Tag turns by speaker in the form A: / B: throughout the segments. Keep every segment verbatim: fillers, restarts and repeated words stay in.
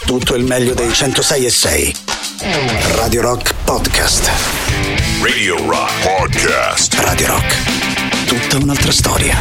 A: tutto il meglio dei centosei e sei. Radio Rock Podcast.
B: Radio Rock Podcast.
A: Radio Rock. Tutta un'altra storia.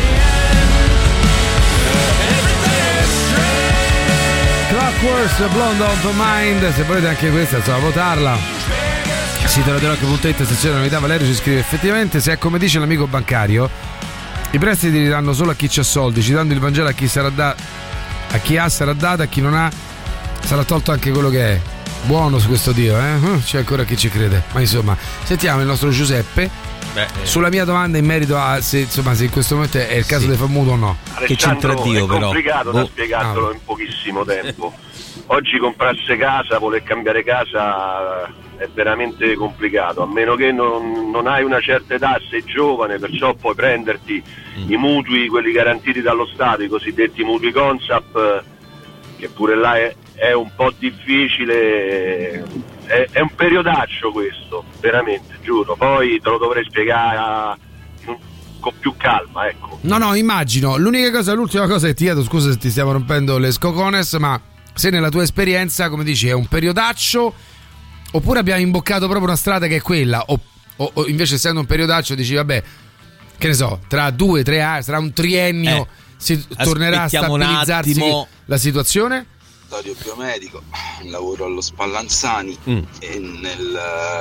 C: Clockworks, Blonde on the Mind. Se volete anche questa, insomma, votarla. Sito radio rock punto it, sezione novità. Valerio ci scrive: effettivamente, se è come dice l'amico bancario, i prestiti li danno solo a chi c'ha soldi, citando il Vangelo, a chi sarà da, a chi ha sarà dato, a chi non ha sarà tolto anche quello che è. Buono su questo Dio, eh? C'è ancora chi ci crede. Ma insomma, sentiamo il nostro Giuseppe. Beh, sulla mia domanda in merito a se, insomma, se in questo momento è il caso sì. di far mutuo o no.
D: Che c'entra Dio, però? È complicato da oh. spiegartelo ah. in pochissimo tempo. Oggi comprarsi casa, voler cambiare casa è veramente complicato, a meno che non, non hai una certa età, sei giovane, perciò puoi prenderti mm. i mutui, quelli garantiti dallo Stato, i cosiddetti mutui Consap, che pure là è, è un po' difficile, è, è un periodaccio questo, veramente, giuro, poi te lo dovrei spiegare con più calma, ecco.
C: No, no, immagino, l'unica cosa, l'ultima cosa che ti chiedo, scusa se ti stiamo rompendo le scocones, ma se nella tua esperienza, come dici, è un periodaccio oppure abbiamo imboccato proprio una strada che è quella, o, o, o invece essendo un periodaccio dici vabbè, che ne so, tra due, tre anni, tra un triennio eh, si tornerà a stabilizzarsi la situazione?
E: Laboratorio biomedico, lavoro allo Spallanzani mm. e nel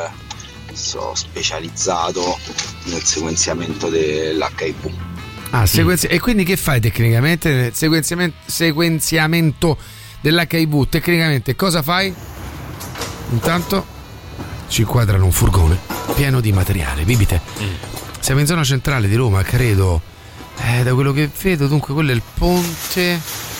E: so specializzato nel sequenziamento dell'H I V.
C: Ah, sequenzi- mm. e quindi che fai tecnicamente nel sequenziamento, sequenziamento dell'H I V? Tecnicamente cosa fai? Intanto ci inquadrano un furgone pieno di materiale, bibite. Mm. Siamo in zona centrale di Roma, credo. Eh, da quello che vedo, dunque quello è il ponte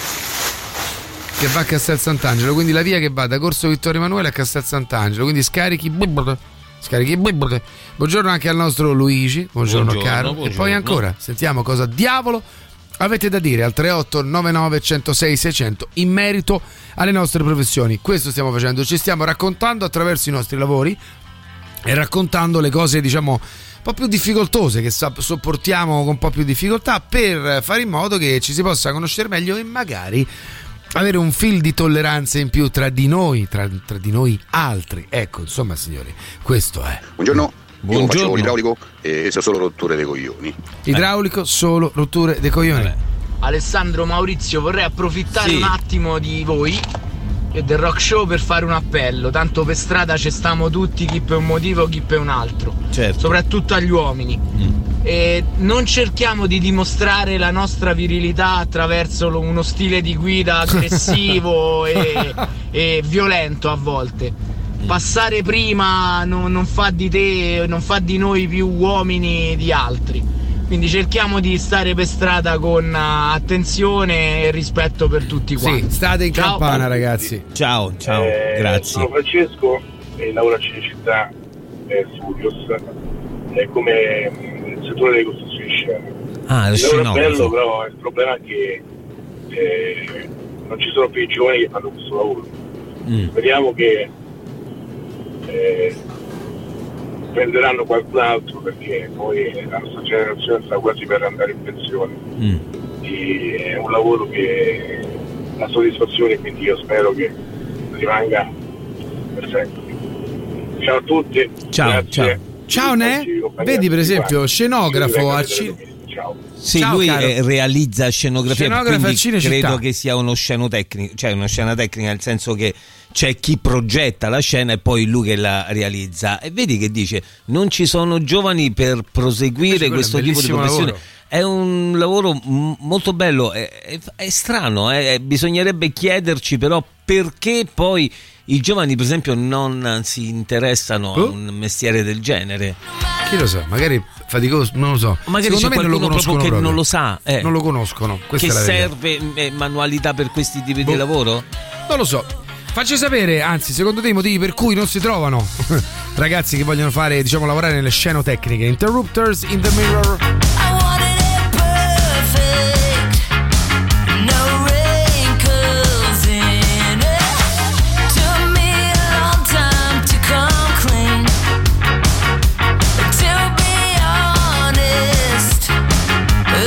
C: che va a Castel Sant'Angelo, quindi la via che va da Corso Vittorio Emanuele a Castel Sant'Angelo, quindi scarichi scarichi buongiorno anche al nostro Luigi, buongiorno, buongiorno caro buongiorno. E poi ancora sentiamo cosa diavolo avete da dire al tre otto nove nove uno zero sei sei zero zero in merito alle nostre professioni. Questo stiamo facendo, ci stiamo raccontando attraverso i nostri lavori e raccontando le cose, diciamo, un po' più difficoltose che sopportiamo con un po' più difficoltà, per fare in modo che ci si possa conoscere meglio e magari avere un fil di tolleranza in più tra di noi, tra, tra di noi altri. Ecco, insomma, signori, questo è.
F: Buongiorno.
C: Buongiorno.
F: Io faccio l'idraulico e se solo rotture dei coglioni.
C: Idraulico, eh. solo rotture dei coglioni.
G: Vabbè. Alessandro, Maurizio, vorrei approfittare sì. un attimo di voi e del Rock Show per fare un appello. Tanto per strada ci stiamo tutti, chi per un motivo, chi per un altro.
C: Certo.
G: Soprattutto agli uomini. Mm. E non cerchiamo di dimostrare la nostra virilità attraverso uno stile di guida aggressivo e, e violento a volte. Passare prima non, non fa di te, non fa di noi più uomini di altri. Quindi cerchiamo di stare per strada con attenzione e rispetto per tutti quanti.
C: Sì, state in ciao. Campana, ragazzi.
H: Ciao, ciao,
I: eh,
H: grazie.
I: Sono Francesco e lavoro a Cinecittà eh, Studios eh, come nel settore delle costruzioni scene.
H: Ah,
I: il lavoro è bello, però il problema è che eh, non ci sono più i giovani che fanno questo lavoro. Mm. Speriamo che eh, prenderanno qualcun altro, perché poi la nostra generazione sta quasi per andare in pensione. Mm. E è un lavoro che dà soddisfazione, quindi io spero che rimanga per sempre. Ciao a tutti.
H: Ciao,
I: grazie.
H: ciao.
C: Ciao Ne, vedi per esempio scenografo a Cinecittà.
I: Ciao.
H: Sì,
C: Ciao,
H: lui
C: caro.
H: realizza scenografia,
C: Scenografo
H: quindi
C: a Cinecittà.
H: credo che sia uno scenotecnico, cioè una scena tecnica, nel senso che c'è chi progetta la scena e poi lui che la realizza. E vedi che dice non ci sono giovani per proseguire questo tipo di professione. Lavoro. È un lavoro m- molto bello, è, è, è strano, eh? Bisognerebbe chiederci però perché poi i giovani per esempio non si interessano oh. a un mestiere del genere.
C: Chi lo sa, magari faticoso, non lo so.
H: Magari
C: secondo
H: c'è
C: me non lo
H: qualcuno
C: conoscono
H: proprio che
C: proprio.
H: non lo sa, eh.
C: non lo conoscono. Questa
H: che
C: è la
H: serve eh, manualità per questi tipi
C: boh.
H: di lavoro?
C: Non lo so. Facci sapere, anzi, secondo te i motivi per cui non si trovano ragazzi che vogliono fare, diciamo, lavorare nelle scenotecniche. Interrupters in the Mirror.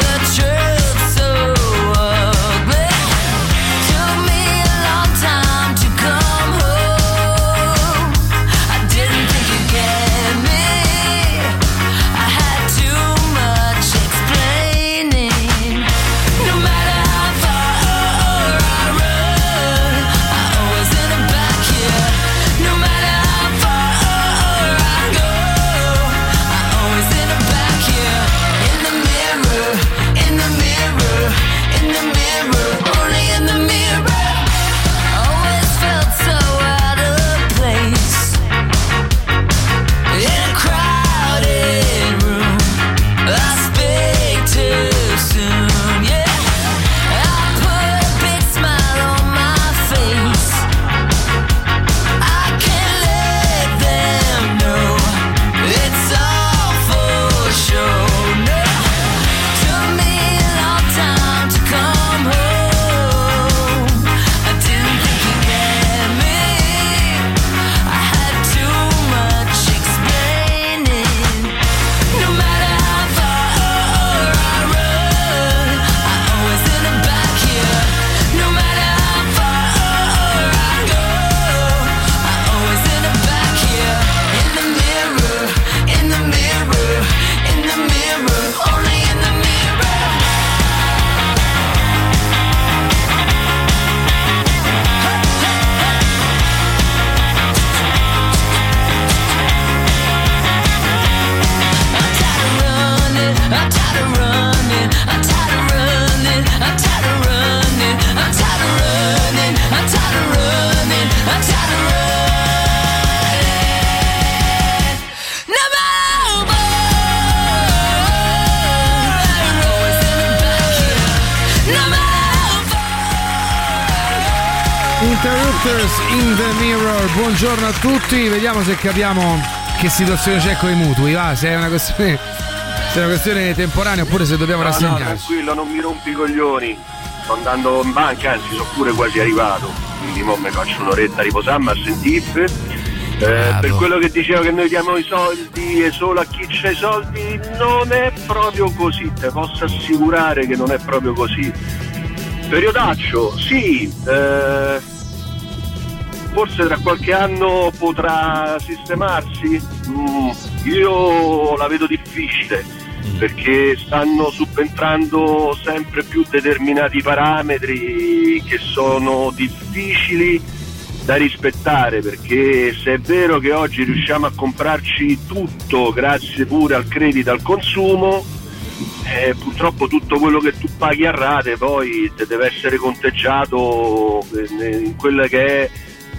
J: Time
C: Interrupters in the Mirror. Buongiorno a tutti, vediamo se capiamo che situazione c'è con i mutui, va, se è una questione se è una questione temporanea oppure se dobbiamo
D: no,
C: rassegnarci.
D: No, tranquillo, non mi rompi i coglioni. Sto andando in banca, anzi sono pure quasi arrivato. Quindi mo mi faccio un'oretta a riposarmi a sentire. Eh, per quello che dicevo che noi diamo i soldi e solo a chi c'ha i soldi, non è proprio così, te posso assicurare che non è proprio così. Periodaccio, sì, eh, forse tra qualche anno potrà sistemarsi, mm, io la vedo difficile perché stanno subentrando sempre più determinati parametri che sono difficili da rispettare, perché se è vero che oggi riusciamo a comprarci tutto grazie pure al credito al consumo, eh, purtroppo tutto quello che tu paghi a rate poi te deve essere conteggiato in quello che è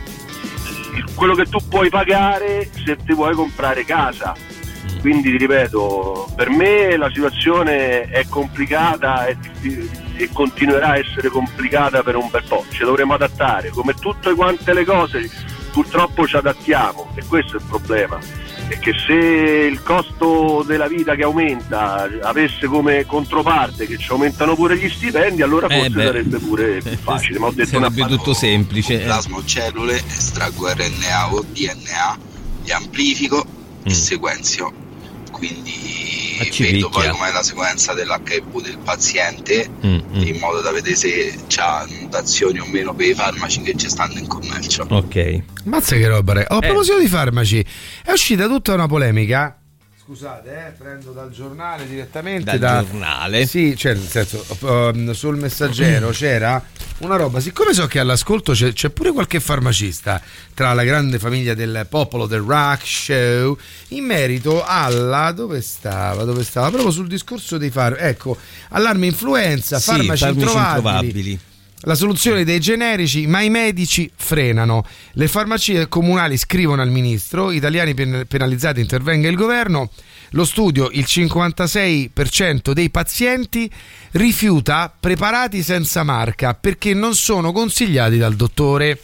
D: quello che tu puoi pagare se ti vuoi comprare casa. Quindi ti ripeto, per me la situazione è complicata e, e continuerà a essere complicata per un bel po'. Ci dovremo adattare, come tutte quante le cose purtroppo ci adattiamo, e questo è il problema. È che se il costo della vita che aumenta avesse come controparte che ci aumentano pure gli stipendi, allora forse eh sarebbe pure più facile. Ma ho detto
H: sarebbe una tutto semplice.
E: Plasmocellule, estraggo R N A o D N A, li amplifico mm. e sequenzio. Quindi vedo poi com'è la sequenza dell'H I V del paziente mm, mm. in modo da vedere se c'ha mutazioni o meno per i farmaci che ci stanno in commercio.
H: Ok.
C: Mazza che roba, re. Oh, a proposito eh. di farmaci, è uscita tutta una polemica. Scusate, eh, prendo dal giornale direttamente.
H: Dal
C: da...
H: giornale?
C: Sì, cioè, nel senso, um, sul Messaggero c'era una roba. Siccome so che all'ascolto c'è, c'è pure qualche farmacista tra la grande famiglia del popolo del rock show, in merito alla. Dove stava? Dove stava? Proprio sul discorso dei farmaci. Ecco, allarme influenza,
H: sì,
C: farmaci,
H: farmaci
C: introvabili.
H: introvabili.
C: La soluzione dei generici, ma i medici frenano. Le farmacie comunali scrivono al ministro, italiani pen- penalizzati, intervenga il governo. Lo studio, il cinquantasei per cento dei pazienti rifiuta preparati senza marca perché non sono consigliati dal dottore.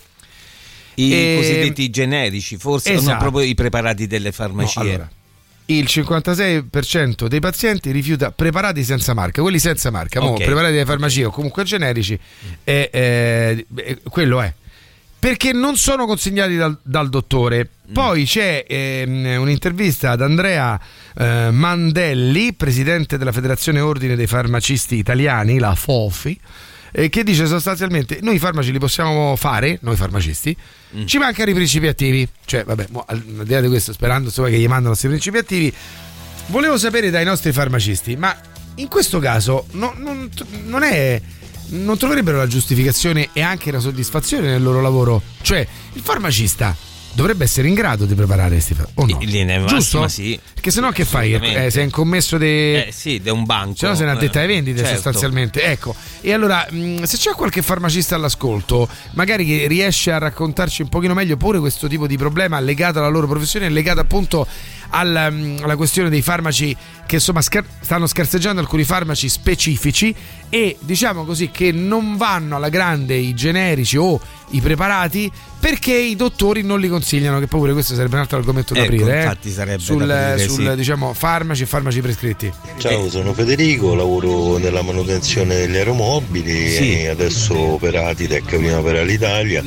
H: I e... cosiddetti generici, forse esatto. Non proprio i preparati delle farmacie.
C: No, allora, il cinquantasei per cento dei pazienti rifiuta preparati senza marca, quelli senza marca, okay. Mo, preparati dalle farmacie o comunque generici, eh, eh, eh, quello è perché non sono consigliati dal, dal dottore. Poi c'è eh, un'intervista ad Andrea eh, Mandelli, presidente della Federazione Ordine dei Farmacisti Italiani, la FOFI, eh, che dice sostanzialmente: noi i farmaci li possiamo fare, noi farmacisti, mm. ci mancano i principi attivi. Cioè, vabbè, mo, al di là di questo, sperando insomma, che gli mandano questi principi attivi, volevo sapere dai nostri farmacisti, ma in questo caso no, non, non è... non troverebbero la giustificazione e anche la soddisfazione nel loro lavoro? Cioè, il farmacista dovrebbe essere in grado di preparare questi farmaci, o no?
H: In linea
C: giusto?
H: Massima, sì.
C: Perché sennò che fai? Eh, sei in commesso di
H: eh, sì, di un banco.
C: Se no sei in addetta alle vendite,
H: certo.
C: sostanzialmente. Ecco. E allora, mh, se c'è qualche farmacista all'ascolto, magari che riesce a raccontarci un pochino meglio pure questo tipo di problema legato alla loro professione, legato appunto alla, mh, alla questione dei farmaci che insomma scher- stanno scarseggiando alcuni farmaci specifici e diciamo così che non vanno alla grande i generici o i preparati perché i dottori non li consigliano, che poi pure questo sarebbe un altro argomento da
H: ecco,
C: aprire,
H: infatti sarebbe
C: sul,
H: da aprire,
C: sul
H: sì.
C: diciamo farmaci e farmaci prescritti.
J: Ciao, sono Federico, lavoro nella manutenzione degli aeromobili sì. E adesso per Atitec, prima per Alitalia,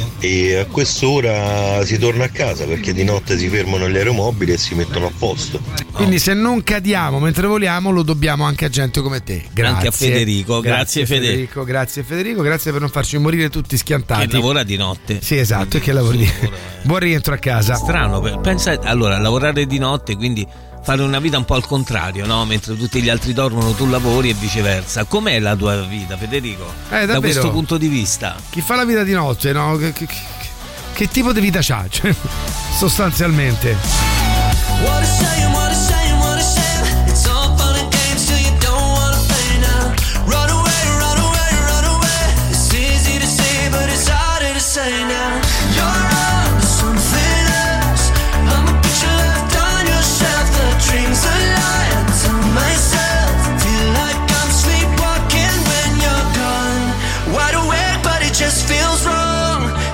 J: e a quest'ora si torna a casa perché di notte si fermano gli aeromobili e si mettono a posto.
C: Quindi se non cadiamo mentre voliamo lo dobbiamo anche a gente come te. Grazie.
H: Anche a Federico, grazie, grazie
C: Federico, grazie Federico, grazie per non farci morire tutti schiantati.
H: Che lavora di notte.
C: Sì, esatto, e che lavori di... Buon rientro a casa.
H: Strano, pensa, allora, lavorare di notte, quindi fare una vita un po' al contrario, no? Mentre tutti gli altri dormono tu lavori e viceversa. Com'è la tua vita, Federico?
C: Eh,
H: da questo punto di vista?
C: Chi fa la vita di notte, no? Che, che, che tipo di vita c'ha? Cioè, sostanzialmente. What a shame, what a shame, what a shame. It's all fun and games till you don't wanna play now. Run away, run away, run away. It's easy to say, but it's harder to say now. You're on something else. I'm a picture left on your shelf. The dreams a lie. I tell myself, feel like I'm sleepwalking when you're gone. Wide awake, but it just feels wrong.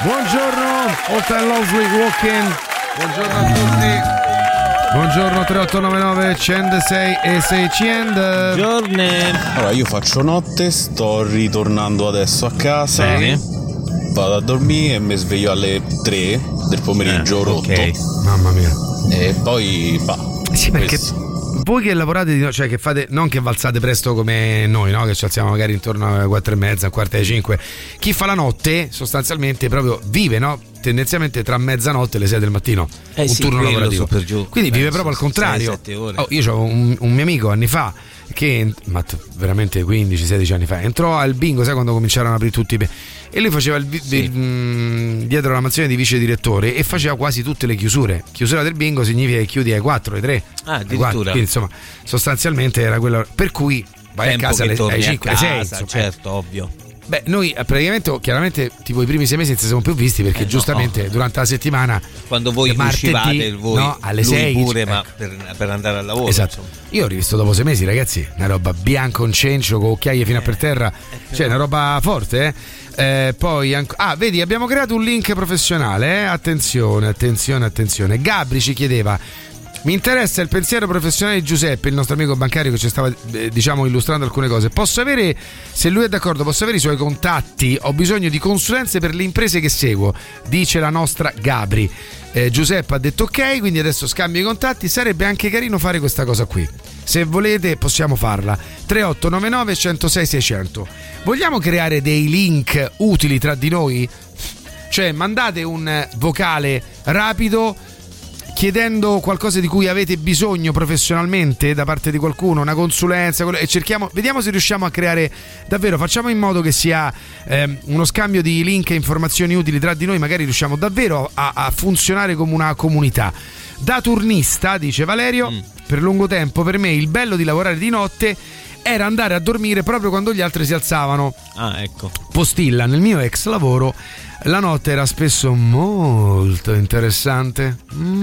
C: Buongiorno, All Time Low Sleepwalking. Buongiorno a tutti. Buongiorno tre otto nove nove centosei e seicento.
H: Buongiorno.
K: Allora io faccio notte, sto ritornando adesso a casa.
H: Bene.
K: Vado a dormire e mi sveglio alle tre del pomeriggio, eh, rotto.
H: Ok.
C: Mamma mia.
K: E poi bah.
C: Sì, perché voi che lavorate di no, cioè che fate, non che valzate presto come noi, no? Che ci alziamo magari intorno alle quattro e mezza, quarta alle cinque. Chi fa la notte sostanzialmente proprio vive, no? Tendenzialmente tra mezzanotte e le sei del mattino,
H: eh
C: un
H: sì,
C: turno lavorativo.
H: Per giù.
C: Quindi
H: Beh,
C: vive proprio al contrario. Oh, io ho un, un mio amico anni fa che, ma veramente quindici sedici anni fa, entrò al bingo, sai quando cominciarono ad aprire tutti i... e lui faceva il, sì. il, mh, dietro la mansione di vice direttore e faceva quasi tutte le chiusure. Chiusura del bingo significa che chiudi alle quattro, alle tre,
H: ah,
C: addirittura. Quindi insomma sostanzialmente era quello per cui vai
H: Tempo
C: a casa alle, alle cinque, alle sei, insomma.
H: Certo, ovvio.
C: Beh, noi praticamente, chiaramente, tipo i primi sei mesi non ci siamo più visti perché eh, giustamente no. durante la settimana,
H: quando voi
C: martedì,
H: uscivate, voi
C: no, alle
H: lui
C: sei
H: pure,
C: ecco.
H: ma per, per andare al lavoro.
C: Esatto. Insomma. Io ho rivisto dopo sei mesi, ragazzi, una roba bianco in cencio con occhiaie fino eh, a per terra, eh, cioè una roba forte, eh. Eh, poi anco... ah, vedi, abbiamo creato un link professionale, eh? Attenzione, attenzione, attenzione. Gabri ci chiedeva: mi interessa il pensiero professionale di Giuseppe, il nostro amico bancario che ci stava eh, diciamo illustrando alcune cose. Posso avere, se lui è d'accordo, posso avere i suoi contatti? Ho bisogno di consulenze per le imprese che seguo, dice la nostra Gabri. eh, Giuseppe ha detto ok, quindi adesso scambio i contatti. Sarebbe anche carino fare questa cosa qui, se volete possiamo farla. Tre otto nove nove centosei seicento. Vogliamo creare dei link utili tra di noi? Cioè mandate un vocale rapido chiedendo qualcosa di cui avete bisogno professionalmente da parte di qualcuno, una consulenza, e cerchiamo, vediamo se riusciamo a creare davvero, facciamo in modo che sia ehm, uno scambio di link e informazioni utili tra di noi, magari riusciamo davvero a, a funzionare come una comunità. Da turnista, dice Valerio, mm. per lungo tempo per me il bello di lavorare di notte era andare a dormire proprio quando gli altri si alzavano.
H: Ah, ecco.
C: Postilla, nel mio ex lavoro la notte era spesso molto interessante,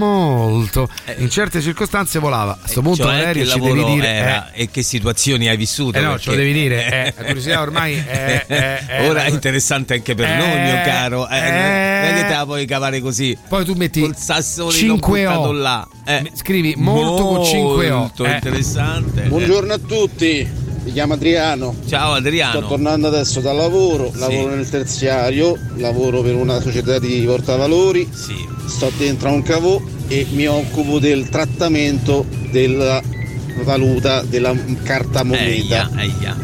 C: molto. In certe circostanze volava. A questo punto,
H: cioè,
C: Valerio, ci devi dire
H: era, eh, e che situazioni hai vissuto.
C: Eh no,
H: perché...
C: ce lo devi dire. Eh, la curiosità ormai è, è, è
H: ora è interessante anche per
C: eh,
H: noi, mio caro. Eh,
C: eh,
H: non è che te la puoi cavare così.
C: Poi tu metti
H: col sassolino
C: cinque O
H: là. Eh.
C: Scrivi molto, molto con cinque O.
H: Molto eh. interessante.
L: Buongiorno a tutti. Mi chiamo Adriano.
H: Ciao Adriano.
L: Sto tornando adesso dal lavoro,
H: sì.
L: lavoro nel terziario, lavoro per una società di portavalori.
H: Sì.
L: Sto dentro a un cavò e mi occupo del trattamento della valuta, della carta moneta.
H: Eia, eia.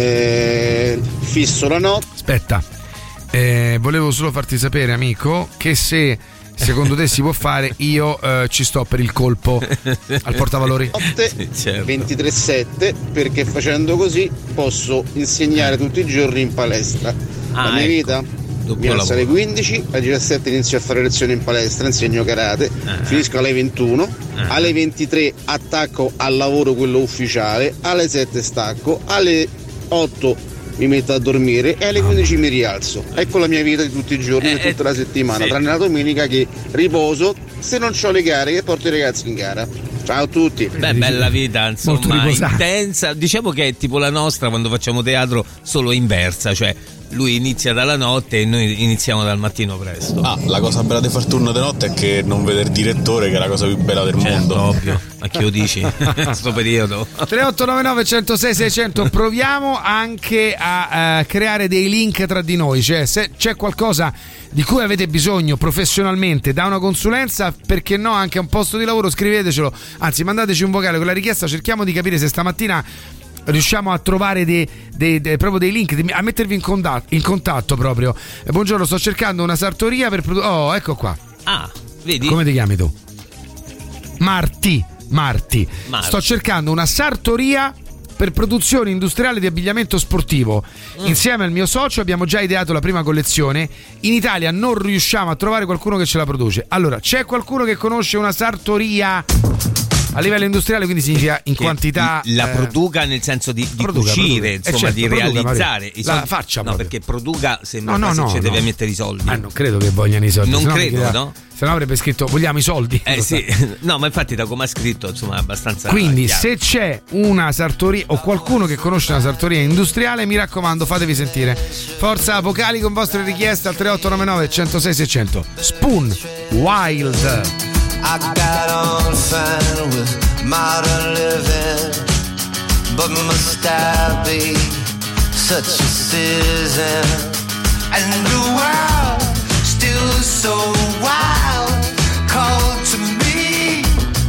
L: Eh, fisso la notte.
C: Aspetta. Eh, volevo solo farti sapere, amico, che se secondo te si può fare, io eh, ci sto per il colpo al portavalori.
L: Sì, certo. ventitré sette, perché facendo così posso insegnare tutti i giorni in palestra.
H: Ah,
L: la mia
H: ecco.
L: vita mi alzo alle quindici, alle diciassette inizio a fare lezioni in palestra, insegno karate, uh-huh. finisco alle ventuno, uh-huh. alle ventitré attacco al lavoro quello ufficiale, alle sette stacco, alle otto mi metto a dormire e alle quindici mi rialzo. Ecco la mia vita di tutti i giorni,
H: eh,
L: e tutta la settimana,
H: sì.
L: tranne la domenica che riposo se non ho le gare, che porto i ragazzi in gara. Ciao a tutti.
H: Beh, bella vita, insomma, intensa. Diciamo che è tipo la nostra quando facciamo teatro, solo inversa, cioè lui inizia dalla notte e noi iniziamo dal mattino presto.
K: Ah, la cosa bella di far turno di notte è che non vede il direttore, che è la cosa più bella del
H: certo,
K: mondo.
H: Ovvio, ma che lo dici? In sto periodo.
C: tre otto nove nove centosei seicento. Proviamo anche a uh, creare dei link tra di noi, cioè se c'è qualcosa di cui avete bisogno professionalmente da una consulenza, perché no, anche a un posto di lavoro, scrivetecelo, anzi mandateci un vocale con la richiesta, cerchiamo di capire se stamattina riusciamo a trovare dei, dei, dei, proprio dei link, a mettervi in contatto, in contatto proprio. Eh, buongiorno, sto cercando una sartoria per produ- oh, ecco qua.
H: Ah, vedi?
C: Come ti chiami tu? Marti, Marti.
H: Marti.
C: Sto cercando una sartoria per produzione industriale di abbigliamento sportivo. Mm. Insieme al mio socio abbiamo già ideato la prima collezione. In Italia non riusciamo a trovare qualcuno che ce la produce. Allora, c'è qualcuno che conosce una sartoria a livello industriale, quindi significa in
H: che
C: quantità.
H: La
C: eh,
H: produca nel senso di, di
C: produca,
H: cucire,
C: produca.
H: insomma,
C: Eh, certo,
H: di
C: produca,
H: realizzare.
C: Maria.
H: I
C: La
H: soldi,
C: faccia
H: no,
C: proprio.
H: perché produca sembra
C: No, no,
H: quasi
C: no,
H: ci
C: no.
H: deve mettere i soldi.
C: Ah, non credo che vogliano i soldi.
H: Non
C: sennò
H: credo,
C: mica-
H: no?
C: Se no avrebbe scritto vogliamo i soldi.
H: Eh sì, no, ma infatti da come ha scritto, insomma, è abbastanza.
C: Quindi
H: chiaro.
C: se c'è una sartoria o qualcuno che conosce una sartoria industriale, mi raccomando, fatevi sentire. Forza, vocali con vostre richieste al tre otto nove nove uno zero sei sei zero zero. Spoon Wild.
M: I got on fine with modern living, but must I be such a citizen? And the world still so wild, called to me.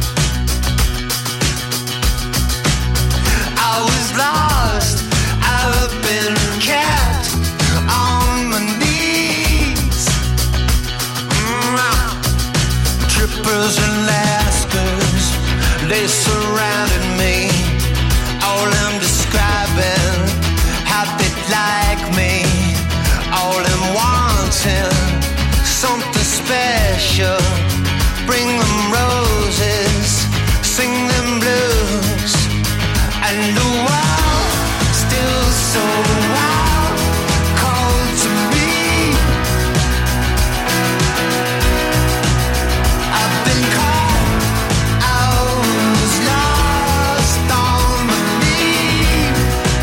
M: I was lost, I've been kept on my knees. Mm-hmm. Trippers and Lascars, they surrounded me. All them describing how they'd like me. All them wanting something special. Bring them roses, sing them blues. And the world still so wild, called to me. I've been caught, I was lost on my knees.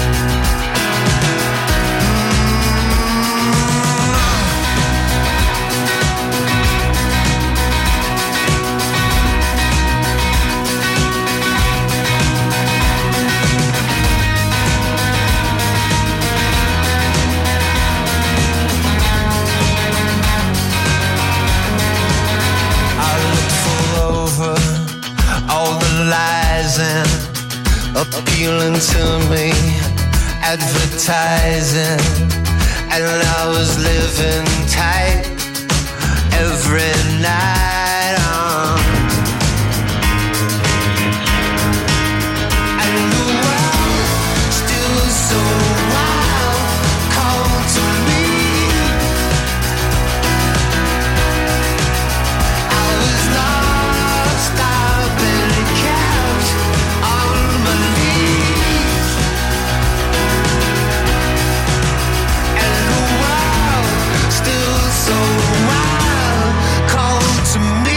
M: I looked full over all the lies and appealing to me, advertising, and I was living tight every night. uh. And the world still so wild, called to me. I was lost, I've been kept on my knees. And the world still so wild, called to me.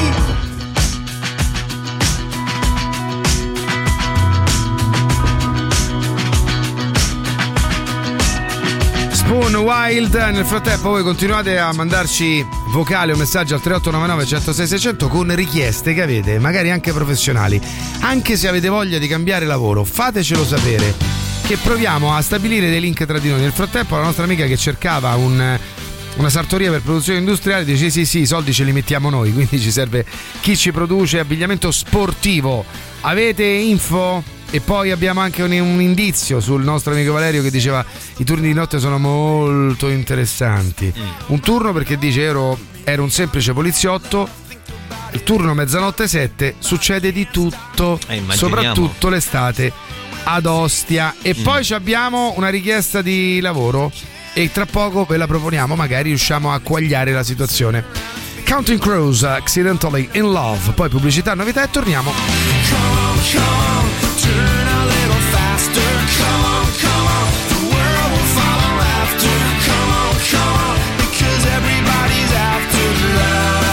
C: Spoon Wild. Nel frattempo voi continuate a mandarci vocale o messaggio al tre otto nove nove uno zero sei sei zero zero con richieste che avete, magari anche professionali. Anche se avete voglia di cambiare lavoro, fatecelo sapere, che proviamo a stabilire dei link tra di noi. Nel frattempo la nostra amica che cercava un, una sartoria per produzione industriale dice sì sì, i soldi ce li mettiamo noi, quindi ci serve chi ci produce abbigliamento sportivo. Avete info? E poi abbiamo anche un, un indizio sul nostro amico Valerio che diceva i turni di notte sono molto interessanti. Mm. Un turno perché dice ero, ero un semplice poliziotto, il turno mezzanotte sette succede di tutto,
H: eh,
C: soprattutto l'estate ad Ostia. E mm. poi abbiamo una richiesta di lavoro e tra poco ve la proponiamo, magari riusciamo a quagliare la situazione. Counting Crows, Accidentally in Love, poi pubblicità, novità e torniamo.
M: Come on, come on, turn a little faster. Come on, come on, the world will follow after. Come on, come on, because everybody's after love.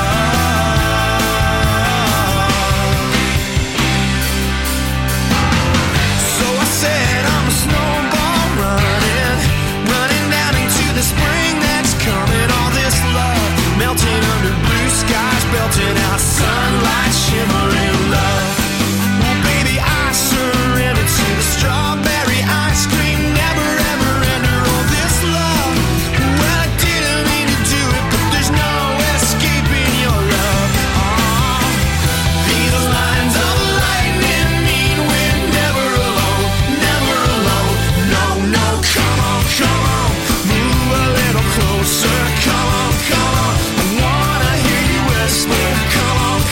M: So I said I'm a snowball running, running down into the spring that's coming. All this love melting under blue skies, belting out sunlight, shimmering love. Well, baby, I surrender to the strawberry ice cream, never ever enter all this love. Well, I didn't mean to do it, but there's no escaping your love. Oh, these lines of lightning mean we're never alone, never alone. No, no, come on, come on, move a little closer. Come on, come on, I wanna hear you whisper. Come on,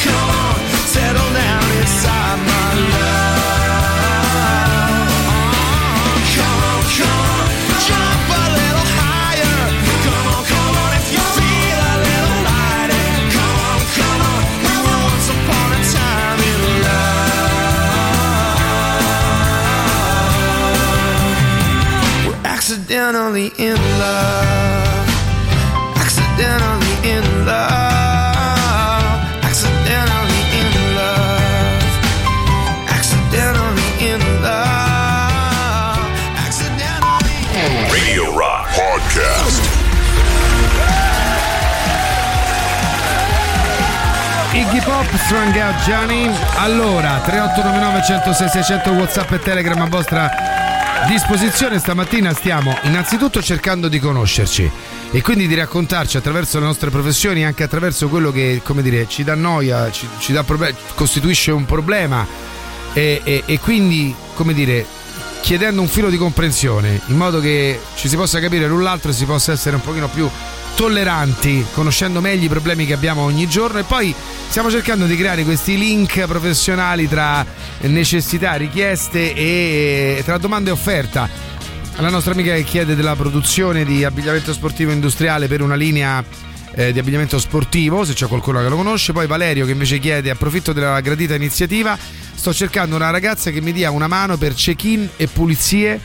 M: Accidentally in love, accidentally in love, accidentally in love, accidentally in love, accidentally.
B: Radio Rock Podcast.
C: Iggy Pop, Strung Out Johnny. Allora, tre otto nove nove, uno zero sei, sei zero zero, WhatsApp e Telegram a vostra disposizione. Stamattina stiamo innanzitutto cercando di conoscerci e quindi di raccontarci attraverso le nostre professioni, anche attraverso quello che, come dire, ci dà noia, ci, ci dà problemi, costituisce un problema e, e, e quindi, come dire, chiedendo un filo di comprensione in modo che ci si possa capire l'un l'altro e si possa essere un pochino più tolleranti, conoscendo meglio i problemi che abbiamo ogni giorno. E poi stiamo cercando di creare questi link professionali tra necessità, richieste e tra domanda e offerta. La nostra amica che chiede della produzione di abbigliamento sportivo industriale per una linea eh, di abbigliamento sportivo, se c'è qualcuno che lo conosce. Poi Valerio che invece chiede: approfitto della gradita iniziativa, sto cercando una ragazza che mi dia una mano per check-in e pulizie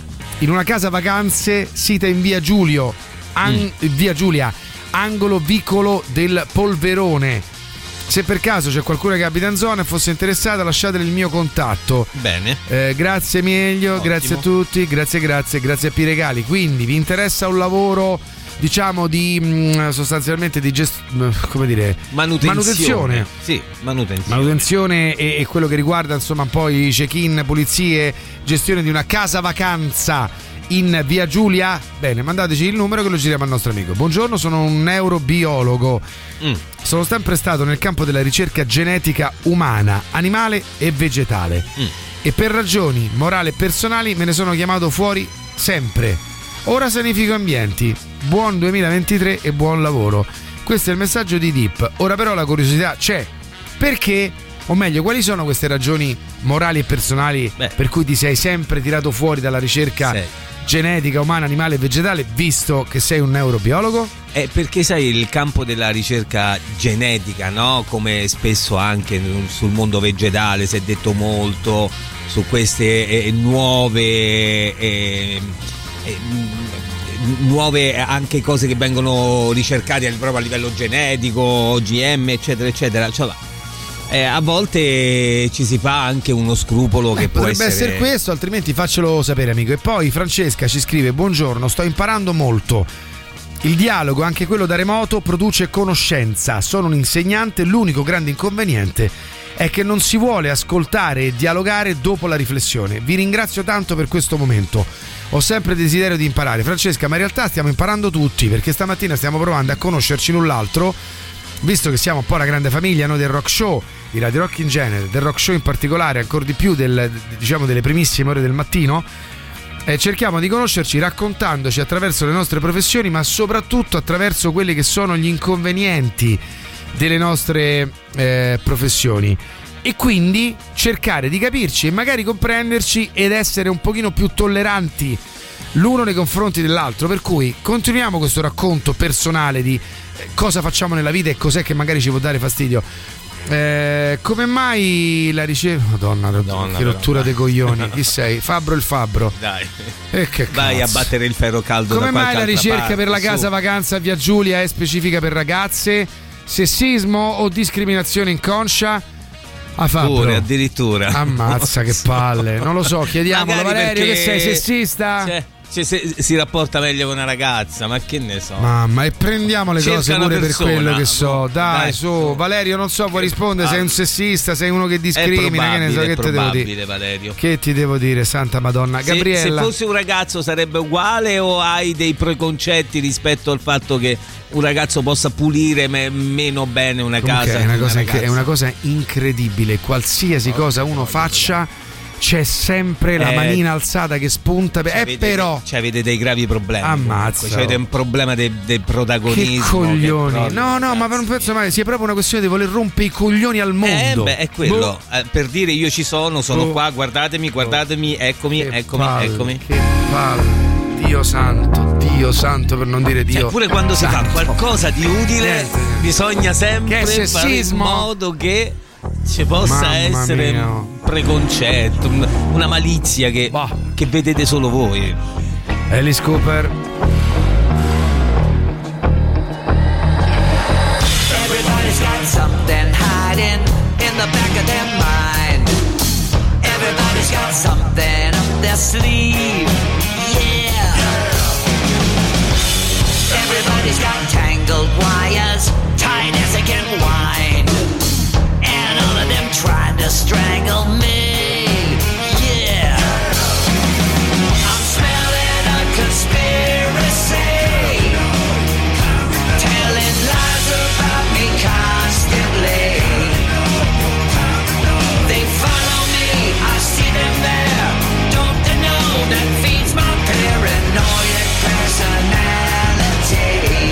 C: in una casa vacanze sita in via Giulio An- mm. via Giulia, angolo vicolo del Polverone. Se per caso c'è qualcuno che abita in zona e fosse interessata, lasciatele il mio contatto.
H: Bene.
C: Eh, grazie Meglio, Ottimo. Grazie a tutti, grazie, grazie, grazie a P Regali. Quindi vi interessa un lavoro, diciamo, di mh, sostanzialmente di gest- come dire,
H: manutenzione.
C: Manutenzione.
H: Sì, manutenzione.
C: Manutenzione e, e quello che riguarda, insomma, poi check-in, pulizie, gestione di una casa vacanza in via Giulia. Bene, mandateci il numero che lo giriamo al nostro amico. Buongiorno, sono un neurobiologo. Mm. Sono sempre stato nel campo della ricerca genetica umana, animale e vegetale. Mm. E per ragioni morali e personali me ne sono chiamato fuori sempre. Ora sanifico ambienti. Buon duemilaventitré e buon lavoro. Questo è il messaggio di Deep. Ora però la curiosità c'è. Perché, o meglio, quali sono queste ragioni morali e personali Beh. per cui ti sei sempre tirato fuori dalla ricerca Sei. genetica umana, animale e vegetale, visto che sei un neurobiologo?
H: È perché sai, il campo della ricerca genetica, no? Come spesso anche sul mondo vegetale si è detto molto su queste eh, nuove eh, eh, nuove anche cose che vengono ricercate proprio a livello genetico, O G M, eccetera eccetera. Cioè, Eh, a volte ci si fa anche uno scrupolo che eh, può
C: potrebbe essere... essere questo, altrimenti faccelo sapere, amico. E poi Francesca ci scrive: buongiorno, sto imparando molto. Il dialogo, anche quello da remoto, produce conoscenza. Sono un insegnante, l'unico grande inconveniente è che non si vuole ascoltare e dialogare dopo la riflessione. Vi ringrazio tanto per questo momento. Ho sempre desiderio di imparare. Francesca, ma in realtà stiamo imparando tutti, perché stamattina stiamo provando a conoscerci l'un l'altro, visto che siamo un po' una grande famiglia, noi del rock show, di Radio Rock in genere, del rock show in particolare, ancora di più del, diciamo delle primissime ore del mattino. Eh, cerchiamo di conoscerci raccontandoci attraverso le nostre professioni, ma soprattutto attraverso quelli che sono gli inconvenienti delle nostre eh, professioni, e quindi cercare di capirci e magari comprenderci ed essere un pochino più tolleranti l'uno nei confronti dell'altro. Per cui continuiamo questo racconto personale di cosa facciamo nella vita e cos'è che magari ci può dare fastidio. Eh, come mai la ricerca, Madonna, Madonna che rottura dei coglioni. Chi sei? Fabbro il fabbro,
H: dai,
C: e che
H: vai
C: cazzo.
H: a battere il ferro caldo.
C: Come
H: da
C: mai la ricerca
H: parte,
C: per la casa
H: su.
C: vacanza a via Giulia è specifica per ragazze? Sessismo o discriminazione inconscia? A Fabbro.
H: Pure, addirittura.
C: Ammazza, che palle. Non lo so, chiediamolo. Valerio, che sei sessista?
H: Cioè, cioè, se si rapporta meglio con una ragazza, ma che ne so.
C: Mamma, e prendiamo le
H: Cerca
C: cose pure
H: persona,
C: per quello che so. Dai,
H: dai
C: su,
H: su.
C: Valerio, non so, puoi rispondere. Sei un sessista, sei uno che discrimina, che ne so, che ti devo dire?
H: Valerio.
C: Che ti devo dire, Santa Madonna.
H: Se,
C: Gabriella,
H: se fosse un ragazzo sarebbe uguale, o hai dei preconcetti rispetto al fatto che un ragazzo possa pulire me, meno bene una
C: comunque
H: casa?
C: È una,
H: una
C: cosa,
H: ragazza.
C: è una cosa incredibile. Qualsiasi oh, cosa uno faccia, c'è sempre la
H: eh,
C: manina alzata che spunta. E eh, però
H: cioè, avete dei gravi problemi.
C: Ammazza,
H: cioè, avete un problema del de protagonismo.
C: Che coglioni.
H: Che
C: no, no, ma non penso mai sia proprio una questione di voler rompere i coglioni al mondo.
H: Eh, beh, è quello.
C: Boh.
H: Eh, per dire io ci sono, sono
C: boh.
H: qua, guardatemi, guardatemi, eccomi,
C: che
H: eccomi,
C: palle,
H: eccomi.
C: Che palle. Dio santo, Dio santo, per non dire Dio.
H: Cioè, pure quando
C: santo.
H: si fa qualcosa di utile, niente, niente. bisogna sempre
C: che
H: fare in modo che ci possa
C: Mamma
H: essere
C: mia.
H: un preconcetto, una malizia che,
C: bah.
H: che vedete solo voi.
C: Alice Cooper.
N: Everybody's got something hiding in the back of their mind. Everybody's got something up their sleeve. Yeah. Everybody's got tangled wires tight as they can wind. And all of them trying to strangle me. Yeah. I'm smelling a conspiracy, telling lies about me constantly. They follow me, I see them there. Don't they know that feeds my paranoid personality?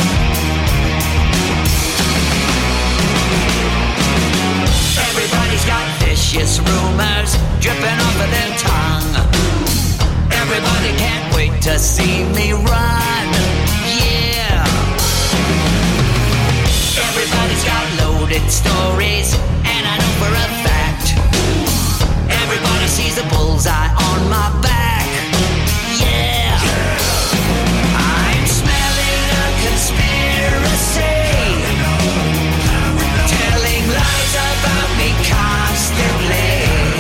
N: Everybody's got vicious rumors dripping off of their tongue. Everybody can't wait to see me run. Yeah. Everybody's got loaded stories, and I know for a fact. Everybody sees the bullseye on my back. Yeah. I'm smelling a conspiracy, telling lies about me constantly.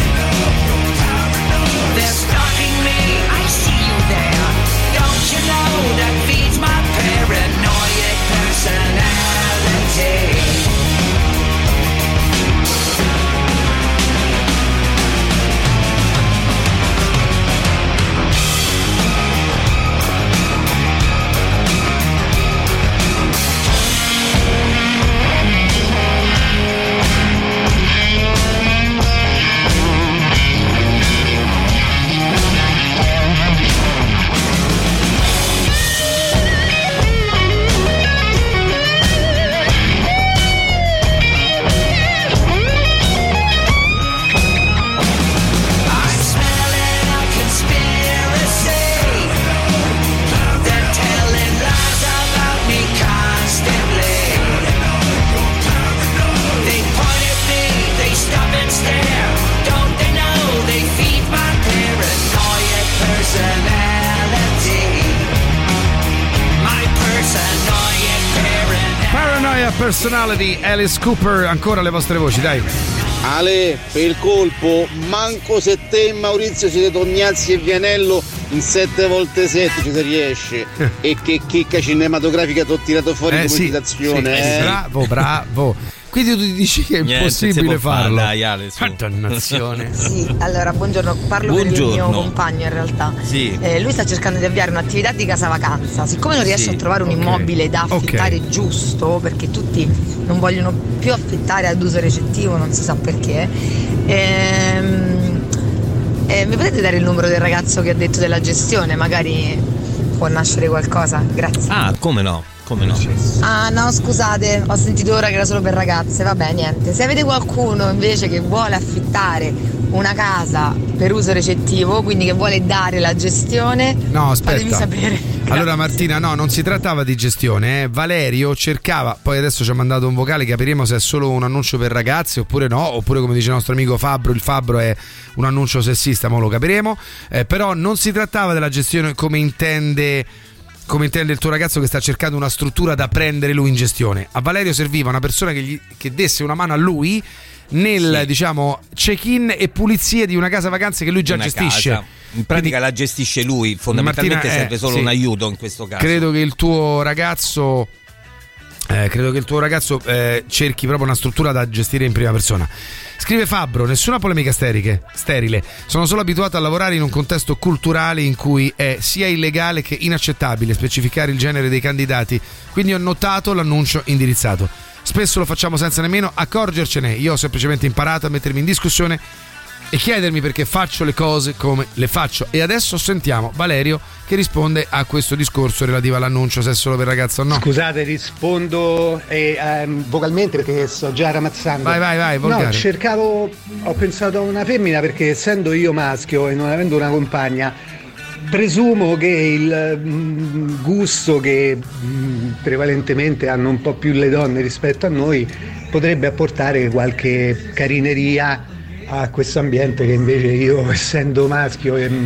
N: They're stalking me, I see you there. Don't you know that feeds my paranoid personality?
C: Personality, Alice Cooper, ancora le vostre voci, dai.
L: Ale, per il colpo, manco se te e Maurizio siete Tognazzi e Vianello in sette volte sette ci si riesce. E che chicca cinematografica ti ho tirato fuori
C: eh,
L: come
C: sì,
L: citazione,
C: sì,
L: eh.
C: Bravo, bravo. Quindi tu dici che è
H: Niente,
C: impossibile farlo.
H: Fare, dai, Ale, su.
C: Dannazione.
O: Sì, allora buongiorno, parlo
H: Buongiorno.
O: per il mio compagno in realtà.
H: Sì.
O: Eh, lui sta cercando di avviare un'attività di casa vacanza. Siccome non riesce
H: Sì,
O: a trovare un
C: ok.
O: immobile da affittare
C: Ok.
O: giusto, perché tutti non vogliono più affittare ad uso recettivo, non si sa perché. Ehm, eh, mi potete dare il numero del ragazzo che ha detto della gestione? Magari può nascere qualcosa. Grazie.
H: Ah, come no? Come no?
O: Ah no, scusate, ho sentito ora che era solo per ragazze, vabbè niente. Se avete qualcuno invece che vuole affittare una casa per uso recettivo, quindi che vuole dare la gestione,
C: No,
O: fatemi
C: aspetta.
O: sapere.
C: Allora Martina, no, non si trattava di gestione, eh. Valerio cercava, poi adesso ci ha mandato un vocale, capiremo se è solo un annuncio per ragazzi oppure no, oppure come dice il nostro amico Fabbro, il Fabbro è un annuncio sessista, ma lo capiremo, eh, però non si trattava della gestione come intende come intende il tuo ragazzo che sta cercando una struttura da prendere lui in gestione. A Valerio serviva una persona che, gli, che desse una mano a lui nel sì. diciamo check-in e pulizie di una casa vacanze che lui già
H: una
C: gestisce.
H: Casa. In pratica Quindi, la gestisce lui, fondamentalmente
C: Martina,
H: serve
C: eh,
H: solo
C: sì.
H: un aiuto in questo caso.
C: Credo che il tuo ragazzo eh, credo che il tuo ragazzo eh, cerchi proprio una struttura da gestire in prima persona. Scrive Fabbro, nessuna polemica steriche, sterile, sono solo abituato a lavorare in un contesto culturale in cui è sia illegale che inaccettabile specificare il genere dei candidati, quindi ho notato l'annuncio indirizzato. Spesso lo facciamo senza nemmeno accorgercene, io ho semplicemente imparato a mettermi in discussione e chiedermi perché faccio le cose come le faccio. E adesso sentiamo Valerio che risponde a questo discorso relativo all'annuncio se è solo per ragazzo o no.
P: Scusate, rispondo eh, um, vocalmente perché sto già ramazzando.
C: Vai vai vai, volgare.
P: No, cercavo, ho pensato a una femmina perché essendo io maschio e non avendo una compagna, presumo che il mm, gusto che mm, prevalentemente hanno un po' più le donne rispetto a noi potrebbe apportare qualche carineria a questo ambiente che invece io, essendo maschio e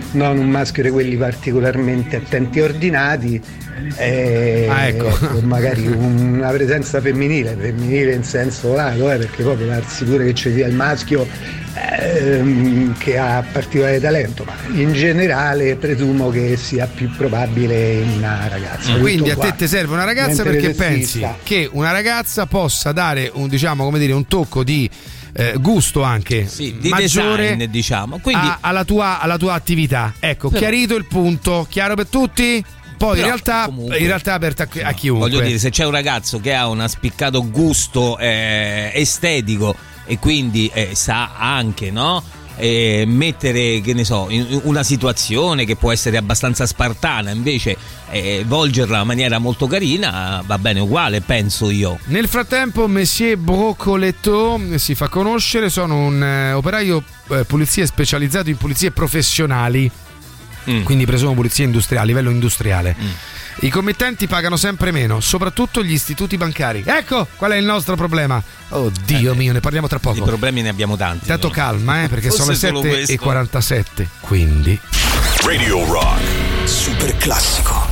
P: non un maschio di quelli particolarmente attenti e ordinati, e
C: ah, ecco.
P: ecco, magari una presenza femminile, femminile in senso lato, eh, perché proprio darsi pure che ci sia il maschio ehm, che ha particolare talento, ma in generale presumo che sia più probabile una ragazza.
C: Mm. Quindi a
P: qua.
C: te ti serve una ragazza
P: Mentre
C: perché pensi che una ragazza possa dare un, diciamo, come dire, un tocco di Eh, gusto anche
H: sì, di
C: maggiore
H: design, diciamo. Quindi
C: a, alla, tua, alla tua attività. Ecco,
H: però,
C: chiarito il punto, chiaro per tutti. Poi
H: però,
C: in realtà
H: comunque,
C: in realtà aperta a, a chiunque.
H: Voglio dire, se c'è un ragazzo che ha un spiccato gusto eh, estetico e quindi eh, sa anche, no? E mettere, che ne so, in una situazione che può essere abbastanza spartana, invece eh, volgerla in maniera molto carina, va bene uguale, penso io.
C: Nel frattempo Monsieur Brocoletto si fa conoscere, sono un eh, operaio eh, pulizie specializzato in pulizie professionali, mm. quindi presumo pulizie industriali, livello industriale. Mm. I committenti pagano sempre meno, soprattutto gli istituti bancari. Ecco qual è il nostro problema. Oh Dio eh, mio, ne parliamo tra poco.
H: I problemi ne abbiamo tanti.
C: Tanto calma, eh, perché sono le sette e quarantasette. Quindi
B: Radio Rock
A: super classico.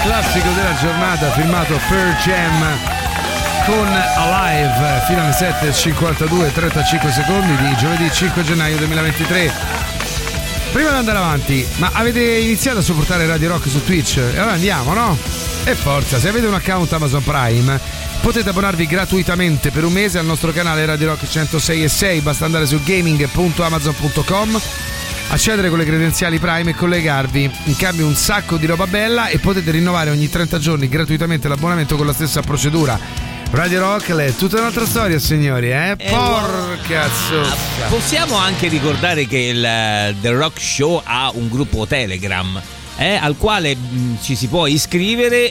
C: classico della giornata firmato Pearl Jam con Alive fino alle sette e cinquantadue e trentacinque secondi di giovedì cinque gennaio duemilaventitré. Prima di andare avanti, ma avete iniziato a supportare Radio Rock su Twitch? E allora andiamo, no? E forza, se avete un account Amazon Prime potete abbonarvi gratuitamente per un mese al nostro canale Radio Rock centosei e sei, basta andare su gaming punto amazon punto com, accedere con le credenziali Prime e collegarvi, in cambio un sacco di roba bella e potete rinnovare ogni trenta giorni gratuitamente l'abbonamento con la stessa procedura. Radio Rock è tutta un'altra storia, signori, eh? Porca zocca.
H: Possiamo anche ricordare che il The Rock Show ha un gruppo Telegram eh, al quale mh, ci si può iscrivere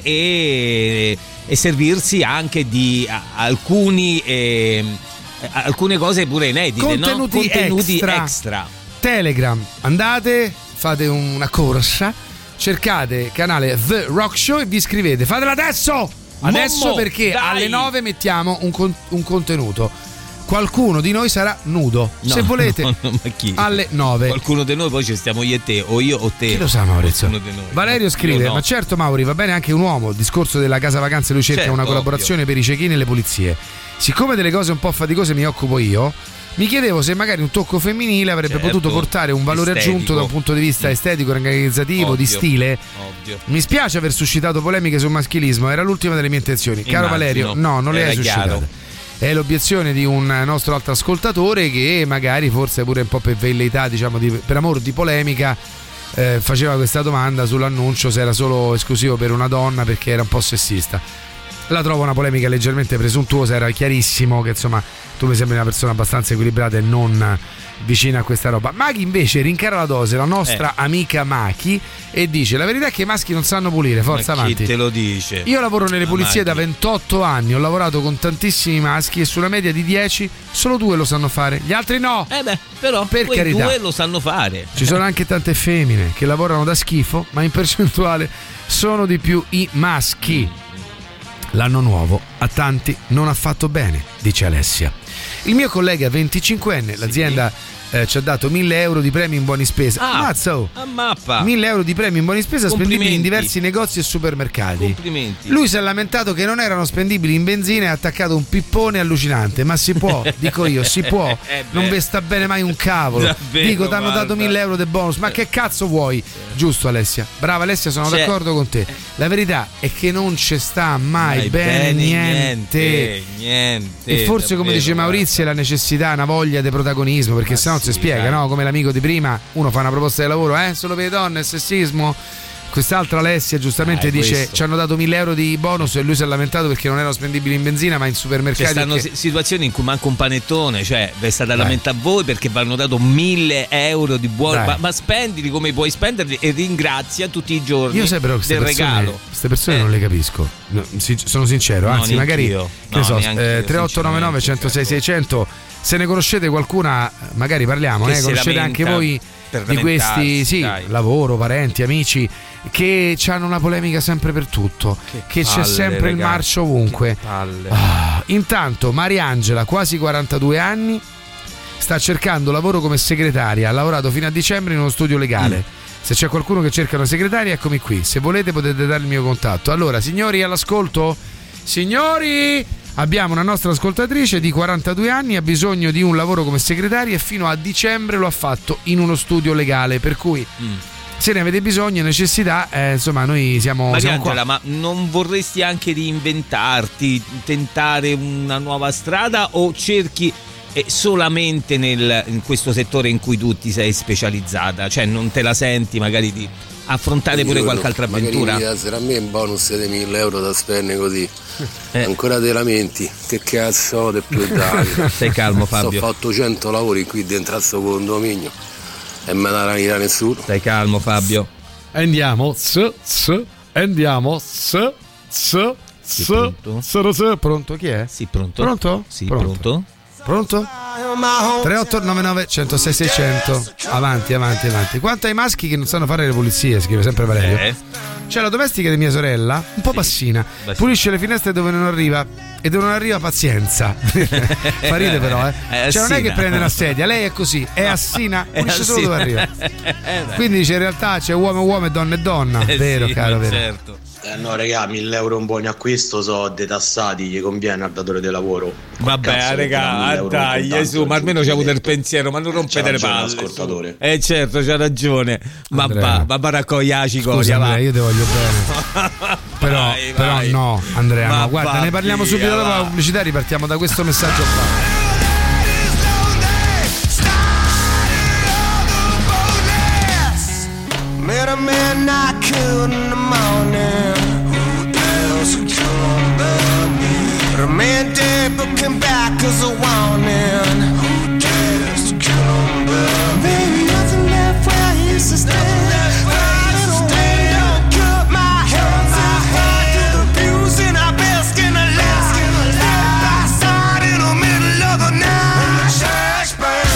H: e, e servirsi anche di a, alcuni eh, alcune cose pure inedite,
C: contenuti,
H: no? Contenuti
C: extra.
H: extra.
C: Telegram, andate, fate una corsa, cercate canale The Rock Show e vi iscrivete. Fatelo adesso! Adesso Mommo, perché dai. Alle nove mettiamo un, con- un contenuto. Qualcuno di noi sarà nudo. No, se volete,
H: no, no, ma chi?
C: Alle nove.
H: Qualcuno di noi, poi ci stiamo io e te, o io o te.
C: Chi lo sa, Maurizio? Valerio scrive: no. Ma certo, Mauri, va bene anche un uomo. Il discorso della casa vacanze, lui cerca certo, una collaborazione ovvio. Per i cecchini e le pulizie. Siccome delle cose un po' faticose mi occupo io, mi chiedevo se magari un tocco femminile avrebbe certo, potuto portare un valore estetico. Aggiunto da un punto di vista estetico, organizzativo, ovvio, di stile. Ovvio. Mi spiace aver suscitato polemiche sul maschilismo, era l'ultima delle mie intenzioni. Immagino. Caro Valerio, no, non le hai suscitate. È l'obiezione di un nostro altro ascoltatore che magari forse pure un po' per velleità, diciamo, di, per amor di polemica, eh, faceva questa domanda sull'annuncio se era solo esclusivo per una donna perché era un po' sessista. La trovo una polemica leggermente presuntuosa, era chiarissimo che insomma tu mi sembri una persona abbastanza equilibrata e non vicina a questa roba. Maki invece rincara la dose, la nostra eh. amica Maki, e dice: la verità è che i maschi non sanno pulire, forza
H: ma
C: avanti.
H: Chi te lo dice?
C: Io lavoro nelle
H: la
C: pulizie
H: Maki.
C: Da ventotto anni, ho lavorato con tantissimi maschi e sulla media di dieci solo due lo sanno fare, gli altri no.
H: Eh beh, però
C: per
H: quei
C: carità,
H: due lo sanno fare.
C: Ci sono anche tante femmine che lavorano da schifo, ma in percentuale sono di più i maschi. L'anno nuovo a tanti non ha fatto bene, dice Alessia. Il mio collega venticinquenne, l'azienda eh, ci ha dato mille euro di premi in buoni spesa.
H: Ah,
C: Mazzo!
H: A mappa!
C: mille euro di premi in buoni spesa spendibili in diversi negozi e supermercati.
H: Complimenti.
C: Lui si è lamentato che non erano spendibili in benzina e ha attaccato un pippone allucinante. Ma si può, dico io, si può.
H: eh
C: non ve sta bene mai un cavolo.
H: Davvero,
C: dico, ti hanno
H: guarda.
C: dato mille euro di bonus. Ma che cazzo vuoi? Giusto, Alessia. Brava Alessia, sono
H: C'è.
C: d'accordo con te. La verità è che non ci sta mai,
H: mai
C: bene,
H: bene
C: niente.
H: niente. Niente.
C: E forse,
H: davvero,
C: come dice Maurizio, è la necessità, una voglia di protagonismo, perché
H: ma
C: sennò
H: sì,
C: si spiega,
H: dai.
C: no? Come l'amico di prima, uno fa una proposta di lavoro, eh, solo per le donne, sessismo. Quest'altra Alessia giustamente
H: Ah,
C: dice:
H: questo.
C: ci hanno dato mille euro di bonus e lui si è lamentato perché non erano spendibili in benzina ma in
H: Ci
C: supermercati.
H: stanno
C: perché...
H: situazioni in cui manca un panettone, cioè vi state a
C: Dai.
H: lamentare a voi perché vi hanno dato mille euro di buoni,
C: Dai.
H: ma, ma spendili come puoi spenderli e ringrazia tutti i giorni
C: Io sai però queste
H: del
C: persone,
H: regalo.
C: queste persone
H: Eh.
C: non le capisco. No, si- sono sincero,
H: No,
C: anzi magari
H: neanch'io.
C: che
H: No,
C: so,
H: neanch'io,
C: eh, tre otto nove nove, centosei seicento, se ne conoscete qualcuna magari parliamo,
H: Che
C: eh,
H: si
C: conoscete anche
H: lamenta
C: voi
H: per
C: di questi,
H: lamentarsi,
C: sì,
H: dai.
C: lavoro, parenti, amici che hanno una polemica sempre per tutto, che,
H: Che
C: c'è
H: palle,
C: sempre il
H: ragazzi,
C: marcio ovunque.
H: che palle.
C: Ah, intanto Mariangela, quasi quarantadue anni, sta cercando lavoro come segretaria, ha lavorato fino a dicembre in uno studio legale. Mm. Se c'è qualcuno che cerca una segretaria, eccomi qui, se volete potete dare il mio contatto. Allora, signori all'ascolto, signori, abbiamo una nostra ascoltatrice di quarantadue anni, ha bisogno di un lavoro come segretaria e fino a dicembre lo ha fatto in uno studio legale, per cui mm. se ne avete bisogno, necessità, eh, insomma noi siamo, siamo qua.
H: Mariangela, ma non vorresti anche reinventarti, tentare una nuova strada o cerchi eh, solamente nel, in questo settore in cui tu ti sei specializzata? Cioè non te la senti magari di affrontare pure qualche altra avventura?
Q: Magari mi a me un bonus di mille euro da spendere così. Eh. Ancora te lamenti? Che cazzo ho di più dai?
H: Stai calmo, Fabio.
Q: Ho fatto cento lavori qui dentro a sto condominio e me la ranirà nessuno.
H: Stai calmo, Fabio.
C: Andiamo, s, s, andiamo, s, s,
H: Sì,
C: s,
H: pronto?
C: s, s, pronto? Chi è?
H: Sì, pronto?
C: Pronto?
H: Sì,
C: Pronto?
H: pronto?
C: Pronto? tre otto nove nove, centosei seicento. Avanti, avanti, avanti. Quanto ai maschi che non sanno fare le pulizie, scrive sempre Valerio.
H: Eh.
C: C'è la domestica di mia sorella, un po'
H: Sì.
C: passina,
H: Beh, sì.
C: pulisce le finestre dove non arriva e dove non arriva pazienza. Fa ride però, eh.
H: È
C: Cioè non è che
H: assina.
C: prende una sedia, lei è così, è assina,
H: È
C: pulisce solo
H: assina.
C: dove arriva. Quindi dice in realtà c'è uomo e uomo e donna e donna,
H: Eh
C: vero
H: sì,
C: caro,
H: ma
C: vero.
H: certo.
R: Eh no regà, mille euro un buoni acquisto so detassati, gli conviene al datore di lavoro.
H: Vabbè regà, dai Gesù, ma almeno c'è avuto il pensiero, ma non rompete le palle
R: ascoltatore.
H: Eh certo, c'ha ragione. Ma va, va a raccogliere la cicoria, va.
C: Io ti voglio bene. però,
H: vai,
C: però
H: vai.
C: no Andrea,
H: Ma
C: no. Guarda,
H: va
C: ne parliamo
H: via,
C: subito dopo
H: va.
C: la pubblicità e ripartiamo da questo messaggio qua.
M: Met a midnight cool in the morning. Who else could come but me? But a man dead but came back as a warning. Who dares to come but me? There ain't nothing left where I used to stay. Right in the way, don't cut my hands off. I do the views and I bask in the light. Side by side in the middle of the night. And the church burns.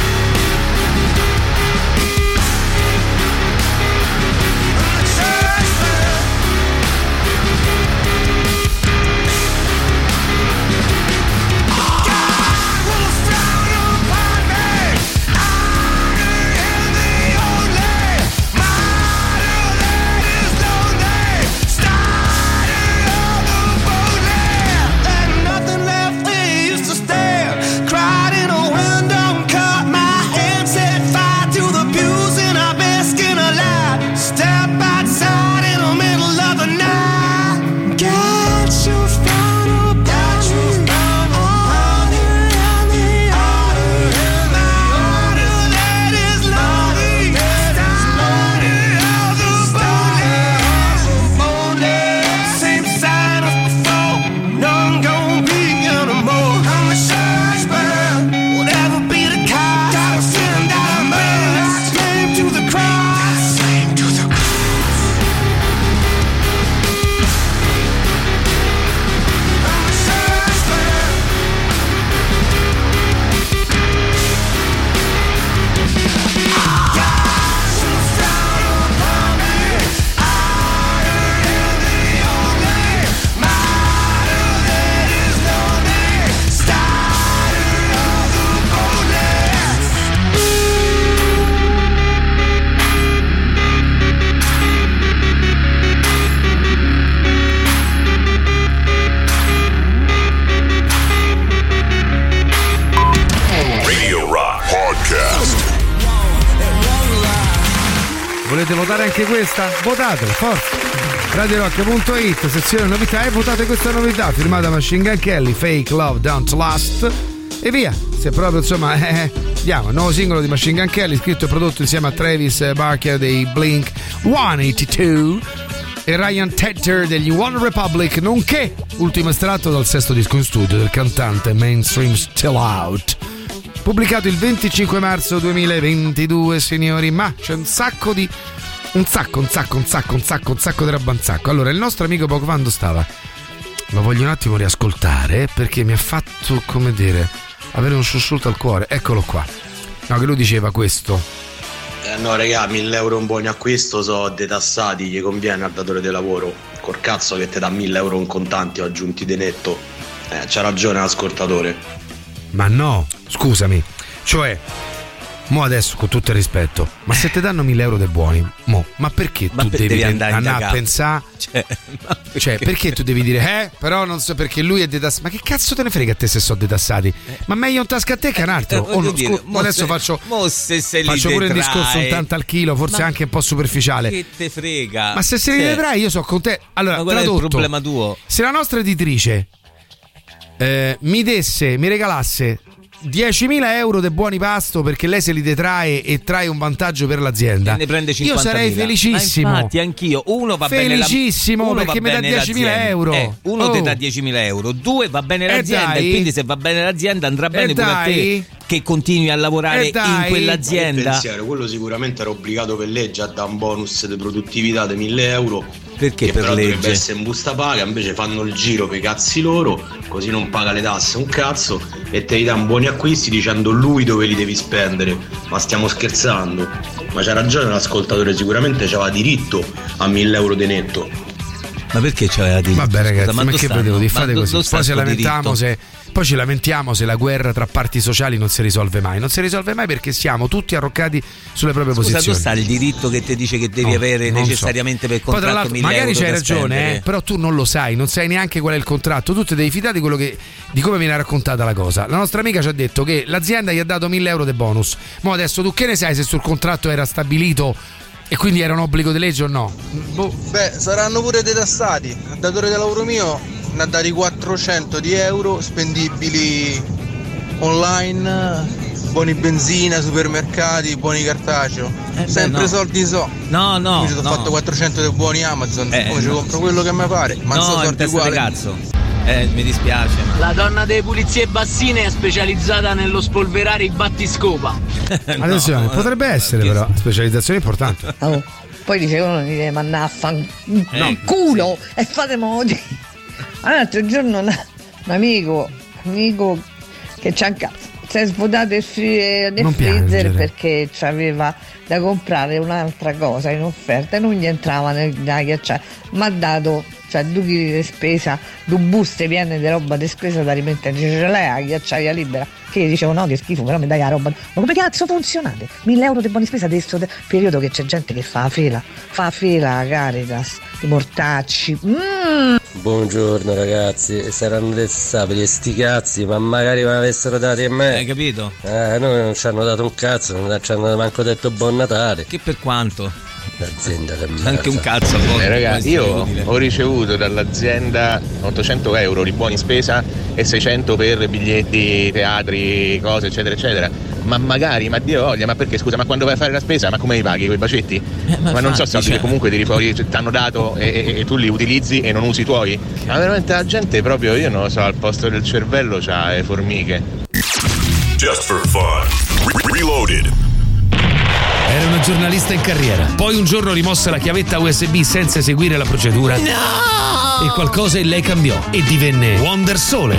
C: Volete votare anche questa? Votatela, forza! Radio Rock punto it, sezione novità, e votate questa novità firmata Machine Gun Kelly, Fake Love Don't Last, e via. Se proprio insomma eh, andiamo, nuovo singolo di Machine Gun Kelly, scritto e prodotto insieme a Travis Barker dei Blink centottantadue e Ryan Tedder degli One Republic, nonché ultimo estratto dal sesto disco in studio del cantante Mainstream Still Out, pubblicato il venticinque marzo duemilaventidue, signori. Ma c'è un sacco di un sacco, un sacco, un sacco, un sacco, un sacco di rabanzacco. Allora, il nostro amico poco fa dove stava? Lo voglio un attimo riascoltare perché mi ha fatto, come dire, avere un sussulto al cuore. Eccolo qua. No, che lui diceva questo.
R: Eh no regà, mille euro un buoni acquisto so detassati, gli conviene al datore di lavoro. Col cazzo che ti dà mille euro in contanti o aggiunti di netto. Eh, c'ha ragione l'ascoltatore.
C: Ma no, scusami, cioè, mo adesso con tutto il rispetto, ma se ti danno mille euro dei buoni, mo, ma perché
H: ma
C: tu
H: per
C: devi,
H: devi
C: andare,
H: andare
C: andare a pensare?
H: Cioè, perché?
C: Cioè, perché tu devi dire, eh, però non so perché lui è detassato. Ma che cazzo te ne frega a te se sono detassati? Eh. Ma meglio un tasca a te che un altro.
H: Eh,
C: oh, no,
H: dire,
C: scu- adesso
H: se,
C: faccio,
H: se se
C: faccio pure un discorso un tanto al chilo, forse
H: ma
C: anche un po' superficiale.
H: Che te frega?
C: Ma se se li vedrai, io so con te. Allora,
H: ma qual
C: tradotto,
H: è il problema tuo?
C: Se la nostra editrice eh, mi desse, mi regalasse diecimila euro dei buoni pasto perché lei se li detrae e trae un vantaggio per l'azienda,
H: e ne prende cinquantamila.
C: Io sarei felicissimo.
H: Ma infatti anch'io. Uno va
C: felicissimo
H: bene la,
C: perché mi dà diecimila euro.
H: Eh, uno
C: oh.
H: ti dà diecimila euro, due va bene l'azienda, e, e quindi se va bene l'azienda andrà bene
C: e
H: pure
C: dai.
H: a te che continui a lavorare in quell'azienda.
R: Pensiero, quello sicuramente era obbligato per legge a dare un bonus di produttività di mille euro.
H: Perché
R: che
H: per
R: però
H: legge
R: dovrebbe essere in busta paga, invece fanno il giro per i cazzi loro, così non paga le tasse un cazzo e te li danno buoni acquisti dicendo lui dove li devi spendere. Ma stiamo scherzando? Ma c'ha ragione l'ascoltatore, sicuramente c'aveva diritto a mille euro di netto.
H: Ma perché c'aveva diritto?
C: Vabbè ragazzi,
H: Scusa,
C: ma, ma che vedevo di fare così? Poi ci lamentiamo se poi ci lamentiamo se la guerra tra parti sociali non si risolve mai. Non si risolve mai perché siamo tutti arroccati sulle proprie
H: Scusa,
C: posizioni.
H: Dove sta il diritto che ti dice che devi
C: No,
H: avere
C: non
H: necessariamente
C: so.
H: per
C: Poi tra
H: contratto
C: l'altro
H: mille
C: magari
H: euro
C: c'hai
H: da
C: ragione,
H: spendere?
C: eh, però tu non lo sai, non sai neanche qual è il contratto, tu ti devi fidare di quello che di come viene raccontata la cosa. La nostra amica ci ha detto che l'azienda gli ha dato mille euro di bonus. Ma adesso tu che ne sai se sul contratto era stabilito e quindi era un obbligo di legge o no?
S: Boh. Beh, saranno pure detassati. Il datore di lavoro mio ne ha dati quattrocento di euro spendibili online, buoni benzina, supermercati, buoni cartaceo.
H: Eh,
S: Sempre
H: no.
S: soldi so.
H: No, no.
S: Io ci ho
H: no.
S: fatto quattrocento dei buoni Amazon,
H: Eh,
S: come ci
H: no.
S: compro quello che mi pare. Ma
H: no,
S: so
H: in
S: soldi
H: testa di
S: uguali.
H: cazzo. Eh, mi dispiace, ma.
G: La donna delle pulizie bassine è specializzata nello spolverare i battiscopa.
C: Attenzione, potrebbe essere però specializzazione importante.
T: Oh, poi dicevano di dire mandare a fan
C: No.
T: culo e fate modi. L'altro giorno un un amico, amico che c'ha un cazzo, si è svuotato il, fri- nel
C: Non
T: freezer
C: piangere.
T: perché aveva da comprare un'altra cosa in offerta e non gli entrava nel- nella ghiacciaia. Mi ha dato, cioè, due chili di spesa, due buste piene di roba di spesa da rimettere. Dice, ce l'hai la ghiacciaia libera? Che io dicevo no, che schifo, però mi dai la roba. Ma come cazzo funzionate? Mille euro di buoni spesa adesso, de- periodo che c'è gente che fa la fila, fa la fila a Caritas, i mortacci. Mm.
U: Buongiorno ragazzi, saranno dessabili e sti cazzi, ma magari me l'avessero dati a me.
H: Hai capito?
U: Eh, noi non ci hanno dato un cazzo, non ci hanno manco detto buon Natale.
H: Che per quanto?
U: L'azienda che
H: Anche un cazzo a volte.
V: Eh, ragazzi,
H: può essere
V: io
H: utile.
V: ho ricevuto dall'azienda ottocento euro di buoni spesa e seicento per biglietti, teatri, cose eccetera eccetera. Ma magari, ma Dio voglia, ma perché scusa, ma quando vai a fare la spesa, ma come li paghi quei bacetti?
H: Eh, ma
V: ma non so
H: infatti,
V: soldi
H: cioè-
V: che comunque ti rifuori, ti hanno dato e, e- e tu li utilizzi e non usi i tuoi. Ma veramente la gente proprio, io non lo so, al posto del cervello c'ha le formiche.
B: Just for fun. Re- Reloaded.
C: Era una giornalista in carriera. Poi un giorno rimosse la chiavetta U S B senza eseguire la procedura.
N: No!
C: E qualcosa in lei cambiò e divenne Wonder Sole.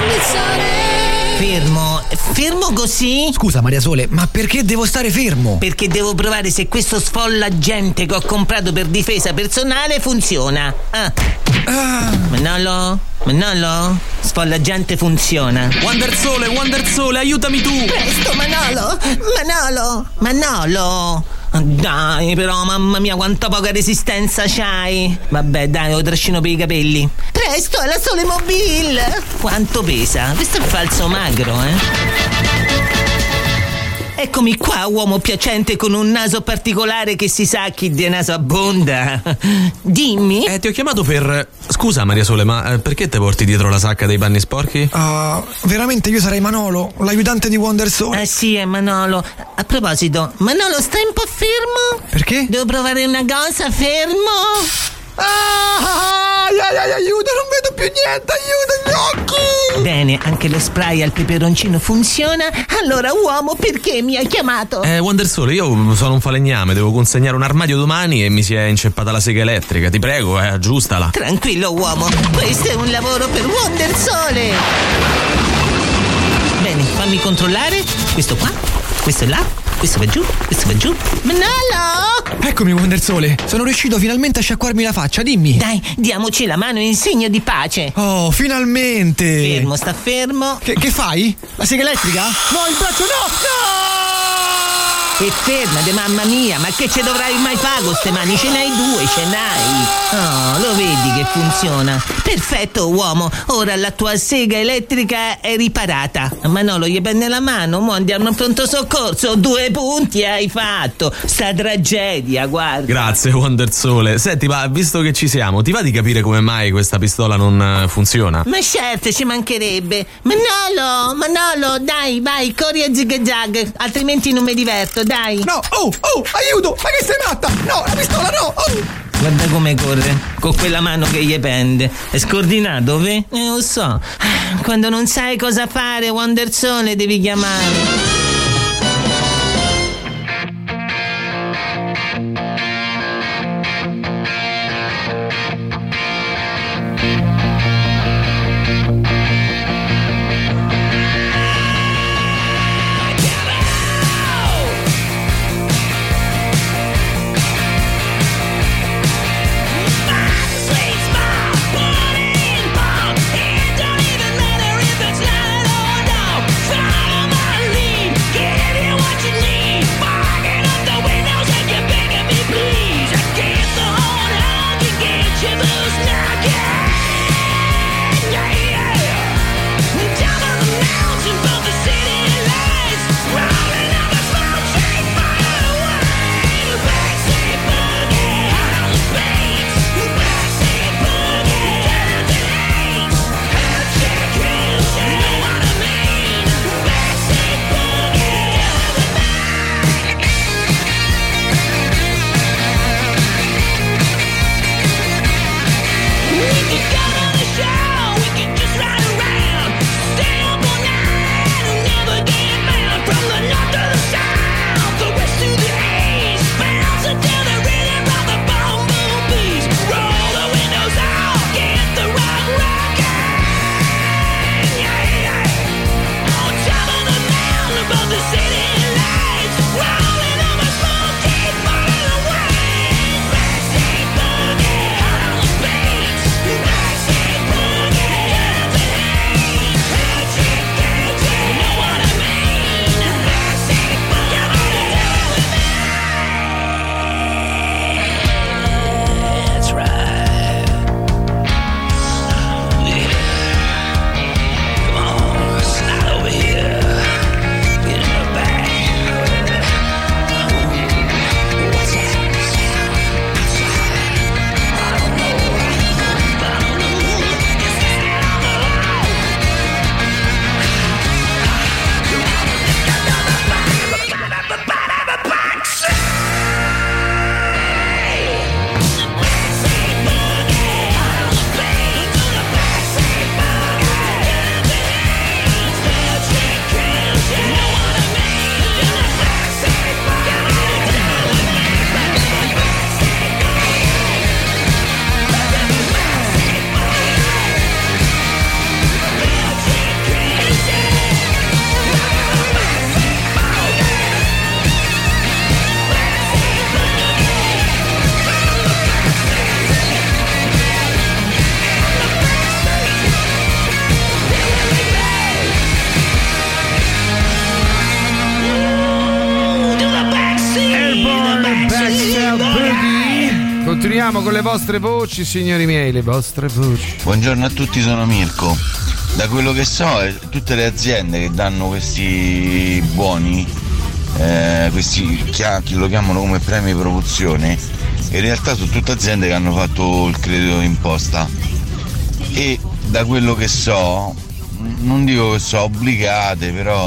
N: Fermo, fermo così?
W: Scusa Maria Sole, ma perché devo stare fermo?
N: Perché devo provare se questo sfollagente che ho comprato per difesa personale funziona. Ah. Manolo? Manolo? Sfollagente funziona.
W: Wonder Sole, Wonder Sole, aiutami tu!
N: Presto, Manolo! Manolo! Manolo! Dai, però, mamma mia, quanta poca resistenza c'hai! Vabbè, dai, lo trascino per i capelli. Presto, è la Sole Mobile! Quanto pesa? Questo è il falso magro, eh? Eccomi qua, uomo piacente con un naso particolare che si sa chi di naso abbonda. Dimmi.
W: Eh, ti ho chiamato per... Scusa Maria Sole, ma eh, perché te porti dietro la sacca dei panni sporchi?
X: Ah, veramente io sarei Manolo, l'aiutante di Wonder Sole.
N: Eh sì, è Manolo. A proposito, Manolo, stai un po' fermo?
X: Perché?
N: Devo provare una cosa, fermo?
X: Ah, ai, ai, ai, aiuto, non vedo più niente, aiuto gli occhi!
N: Bene, anche lo spray al peperoncino funziona. Allora, uomo, perché mi hai chiamato?
W: Eh, Wonder Sole, io sono un falegname, devo consegnare un armadio domani e mi si è inceppata la sega elettrica. Ti prego, eh, aggiustala.
N: Tranquillo, uomo, questo è un lavoro per Wonder Sole. Bene, fammi controllare. Questo qua, questo là, questo va giù, questo va giù. Manolo!
X: Eccomi Wonder Sole, sono riuscito finalmente a sciacquarmi la faccia, dimmi.
N: Dai, diamoci la mano in segno di pace.
X: Oh, finalmente!
N: Fermo, sta fermo.
X: Che, che fai? La sega elettrica? No, il braccio no! No!
N: E fermate, mamma mia, ma che ci dovrai mai fare con ste mani? Ce n'hai due, ce n'hai. Oh, lo vedi che funziona. Perfetto, uomo. Ora la tua sega elettrica è riparata. Manolo, gli prende la mano, mo andiamo a pronto soccorso. Due punti hai fatto. Sta tragedia, guarda.
W: Grazie Wonder Sole. Senti, ma visto che ci siamo, ti va di capire come mai questa pistola non eh, funziona?
N: Ma certo, ci mancherebbe. Manolo, Manolo, dai, vai, corri a zig e zag, altrimenti non mi diverto, dai.
X: No, oh, oh, aiuto! Ma che sei matta? No, la pistola no! Oh!
N: Guarda come corre, con quella mano che gli pende. È scordinato, ve? Eh, lo so. Quando non sai cosa fare, Wonder Sole, devi chiamare.
M: Sweet smile.
C: Sentiamo con le vostre voci, signori miei, le vostre voci.
D: Buongiorno a tutti, sono Mirko. Da quello che so, eh, tutte le aziende che danno questi buoni, eh, questi chi lo chiamano come premi promozione, in realtà sono tutte aziende che hanno fatto il credito d'imposta. E da quello che so, non dico che sono obbligate,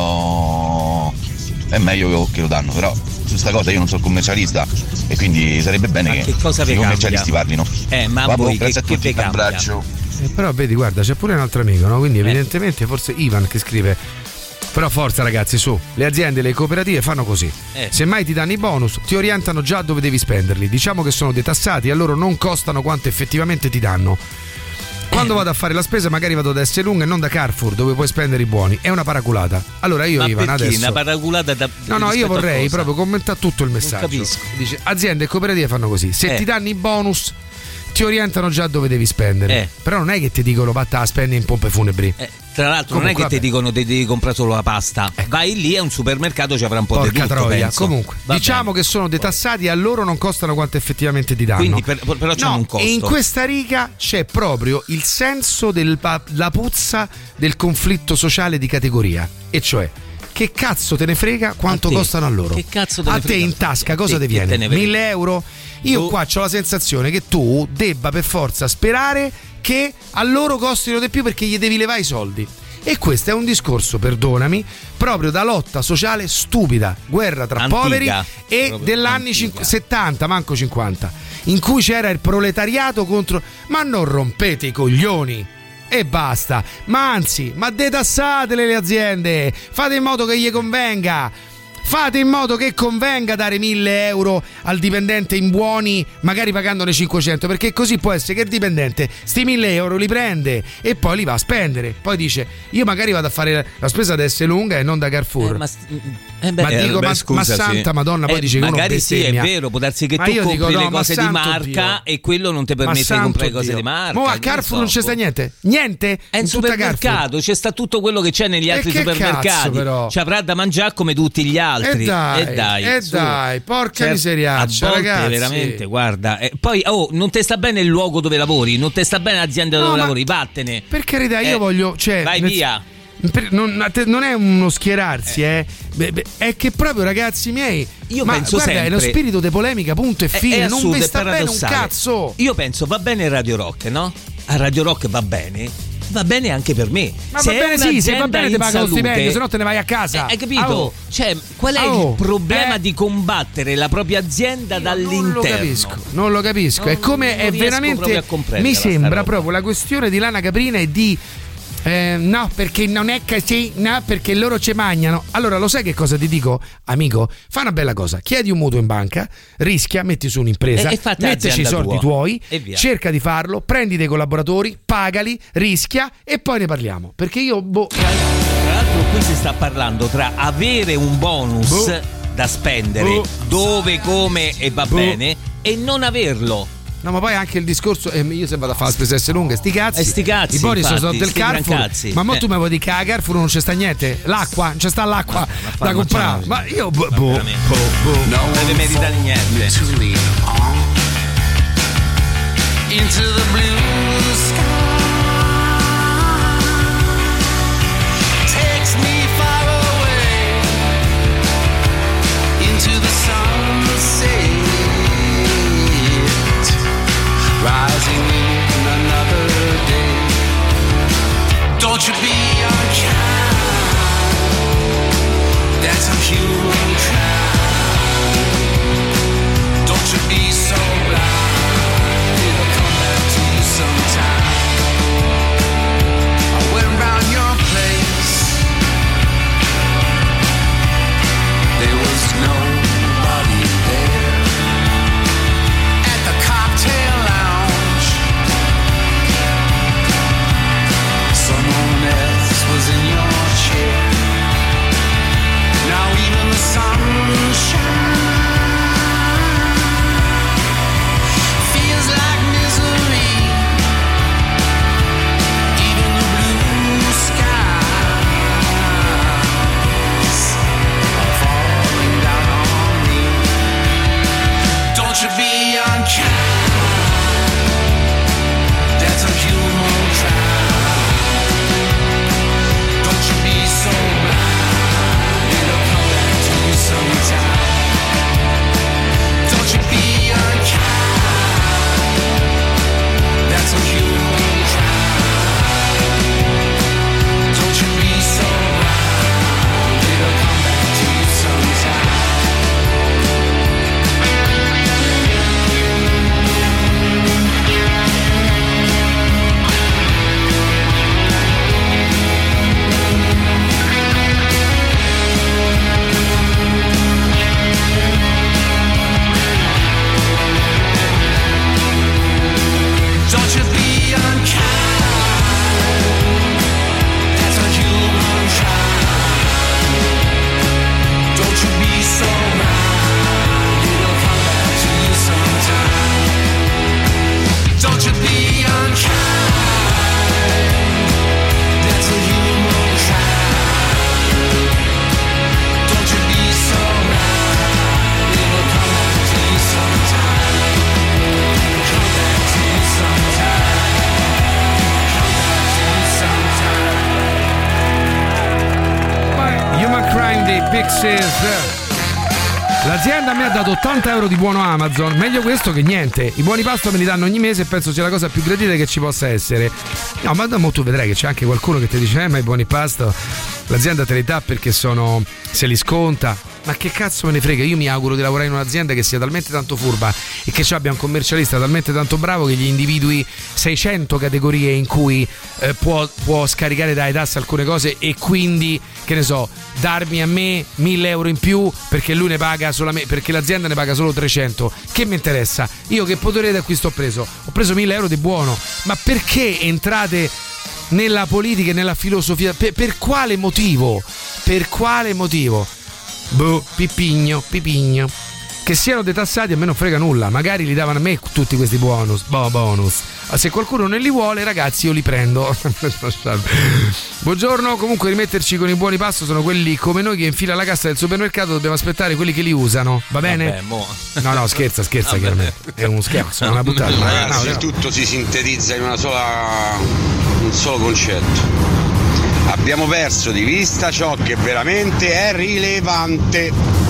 D: però è meglio che lo danno, però su sta cosa io non sono commercialista e quindi sarebbe bene
H: ma
D: che,
H: che cosa
D: che i commercialisti parlino.
H: Eh, ma
D: Vabbè,
H: voi
D: grazie
H: che,
D: a tutti,
H: che
D: un abbraccio.
C: Eh, però vedi, guarda, c'è pure un altro amico, no? Quindi evidentemente forse Ivan che scrive: però forza ragazzi, su, le aziende e le cooperative fanno così.
H: Eh.
C: Se mai ti danno i bonus, ti orientano già dove devi spenderli. Diciamo che sono detassati e a loro non costano quanto effettivamente ti danno. Quando vado a fare la spesa magari vado da Esselunga e non da Carrefour dove puoi spendere i buoni. È una paraculata. Allora io
H: ma
C: Ivan
H: perché
C: adesso
H: una paraculata da
C: No, no, io vorrei proprio commentare tutto il messaggio.
H: Non capisco.
C: Dice: aziende e cooperative fanno così. Se
H: Eh.
C: ti danno i bonus ti orientano già dove devi spendere.
H: Eh.
C: Però non è che ti dicono vatta a spendi in pompe funebri.
H: Eh, tra l'altro
C: Comunque,
H: non è che
C: vabbè.
H: ti dicono che devi comprare solo la pasta. Vai lì a un supermercato, ci avrà un po' di
C: Porca
H: tutto,
C: troia.
H: penso.
C: Comunque,
H: Va
C: diciamo che sono detassati e a loro non costano quanto effettivamente ti danno.
H: Quindi per- però c'hanno
C: No,
H: un costo.
C: E in questa riga c'è proprio il senso della puzza del conflitto sociale di categoria. E cioè, che cazzo te ne frega quanto
H: A te.
C: costano a loro?
H: Che cazzo te ne
C: a te
H: frega?
C: in tasca cosa
H: Che-
C: ti
H: che te
C: viene?
H: ne frega?
C: mille euro? Io
H: Tu-
C: qua ho la sensazione che tu debba per forza sperare che a loro costino di più perché gli devi levare i soldi. E questo è un discorso, perdonami, proprio da lotta sociale stupida, guerra tra
H: Antica,
C: poveri e
H: proprio
C: dell'anni
H: antica.
C: cinqu- settanta, manco cinquanta, in cui c'era il proletariato contro... Ma non rompete i coglioni! E basta, ma anzi, ma detassatele le aziende, fate in modo che gli convenga. Fate in modo che convenga dare mille euro al dipendente in buoni, magari pagandone cinquecento, perché così può essere che il dipendente sti mille euro li prende e poi li va a spendere. Poi dice: io magari vado a fare la spesa da Esselunga e non da Carrefour.
H: Eh, ma, eh beh,
C: ma
H: eh,
C: dico,
H: beh,
C: ma,
H: scusa,
C: ma
H: sì.
C: santa Madonna, poi
H: Eh,
C: dice che uno
H: magari sì, è
C: bestemmia.
H: vero, può darsi che
C: Ma
H: tu
C: io
H: compri
C: dico,
H: le
C: no, ma
H: cose di
C: santo
H: marca
C: Dio.
H: e quello non ti
C: Ma
H: permette di comprare
C: santo
H: cose
C: Dio.
H: di marca.
C: Mo a
H: che
C: Carrefour
H: ne
C: non
H: so,
C: c'è sta
H: boh.
C: niente. Niente?
H: È in
C: tutta Carrefour.
H: supermercato, c'è sta tutto quello che c'è negli altri
C: che
H: supermercati.
C: cazzo, però?
H: Ci avrà da mangiare come tutti gli altri.
C: E dai,
H: e dai,
C: e
H: su.
C: dai, porca
H: Certo,
C: miseriaccia,
H: a volte
C: ragazzi.
H: veramente, guarda. eh, poi, oh, non te sta bene il luogo dove lavori, non te sta bene l'azienda
C: No,
H: dove
C: ma-
H: lavori, vattene.
C: Per carità, io
H: Eh,
C: voglio. Cioè,
H: vai
C: nel-
H: via.
C: per- non, a te- non è uno schierarsi, eh. Beh, beh, è che proprio, ragazzi miei.
H: Io
C: ma
H: penso
C: guarda,
H: sempre-
C: è lo spirito di polemica, punto e
H: È-
C: fine.
H: è
C: non
H: assurdo,
C: vi
H: è
C: sta bene un
H: paradossale.
C: cazzo.
H: Io penso va bene Radio Rock, no? A Radio Rock va bene, va bene anche per me.
C: Ma
H: se
C: va
H: è
C: bene, sì, se va
H: un'azienda
C: bene ti
H: in
C: paga lo
H: salute-
C: stipendio, se no te ne vai a casa.
H: Eh, hai capito?
C: Oh.
H: Cioè, qual è
C: Oh.
H: il problema
C: Eh.
H: di combattere la propria azienda dall'interno?
C: Non lo capisco, non lo capisco.
H: Non-
C: è come
H: non
C: è
H: riesco
C: veramente.
H: proprio a comprenderla,
C: Mi
H: sta
C: sembra
H: roba.
C: proprio la questione di Lana Caprina e di. Eh, no, perché non è così, no, perché loro ci mangiano. Allora, lo sai che cosa ti dico, amico? Fa una bella cosa: chiedi un mutuo in banca, rischia, metti su un'impresa,
H: E- e fate
C: metteci i
H: azienda
C: soldi
H: tua.
C: tuoi,
H: E via.
C: cerca di farlo, prendi dei collaboratori, pagali, rischia e poi ne parliamo. Perché io, boh.
H: Tra l'altro qui si sta parlando tra avere un bonus
C: Boh.
H: da spendere
C: Boh.
H: dove, come e va
C: Boh.
H: bene e non averlo.
C: No, ma poi anche il discorso, eh, io se vado a fare la spesa S lunga, sti cazzi.
H: E sti cazzi,
C: I bonus
H: infatti,
C: sono del
H: sti gran
C: Carrefour.
H: cazzi.
C: Ma mo
H: Eh.
C: tu mi vuoi dire che a Carrefour non c'è sta niente? L'acqua, non c'è sta l'acqua
H: Ma
C: da
H: fa-
C: comprare.
H: ma
C: Ma io boh, boh,
H: veramente.
C: boh, boh.
H: Non deve meritare niente.
M: Into the blue sky takes me far away into the sunset, rising in another day. Don't you be unkind, that's a human crime. Don't you be so blind, it'll come back to you sometime. I went round your place, there was nobody there. At the cocktail lounge, someone else was in your chair. Now even the sun
C: Andy Pixies. L'azienda mi ha dato ottanta euro di buono Amazon, meglio questo che niente. I buoni pasto me li danno ogni mese e penso sia la cosa più gradita che ci possa essere. No, ma mo tu vedrai che c'è anche qualcuno che ti dice eh ma i buoni pasto l'azienda te li dà perché sono se li sconta. Ma che cazzo me ne frega, io mi auguro di lavorare in un'azienda che sia talmente tanto furba e che ci abbia un commercialista talmente tanto bravo che gli individui seicento categorie in cui eh, può, può scaricare dalle tasse alcune cose e quindi, che ne so, darmi a me mille euro in più perché lui ne paga solamente, perché l'azienda ne paga solo trecento. Che mi interessa? Io che potere d'acquisto ho preso? Ho preso mille euro di buono. Ma perché entrate nella politica e nella filosofia? Per, per quale motivo? Per quale motivo? Boh, pipigno, pipigno. Che siano detassati a me non frega nulla. Magari li davano a me tutti questi bonus. Boh, bonus. Se qualcuno non li vuole, ragazzi, io li prendo. Buongiorno. Comunque rimetterci con i buoni pasto sono quelli come noi che in fila alla cassa del supermercato dobbiamo aspettare quelli che li usano. Va bene?
H: Vabbè, mo.
C: No, no, scherza, scherza,
H: Vabbè.
C: chiaramente. È uno scherzo, è una buttata.
E: Ragazzi,
C: No, no.
E: tutto si sintetizza in una sola un solo concetto. Abbiamo perso di vista ciò che veramente è rilevante.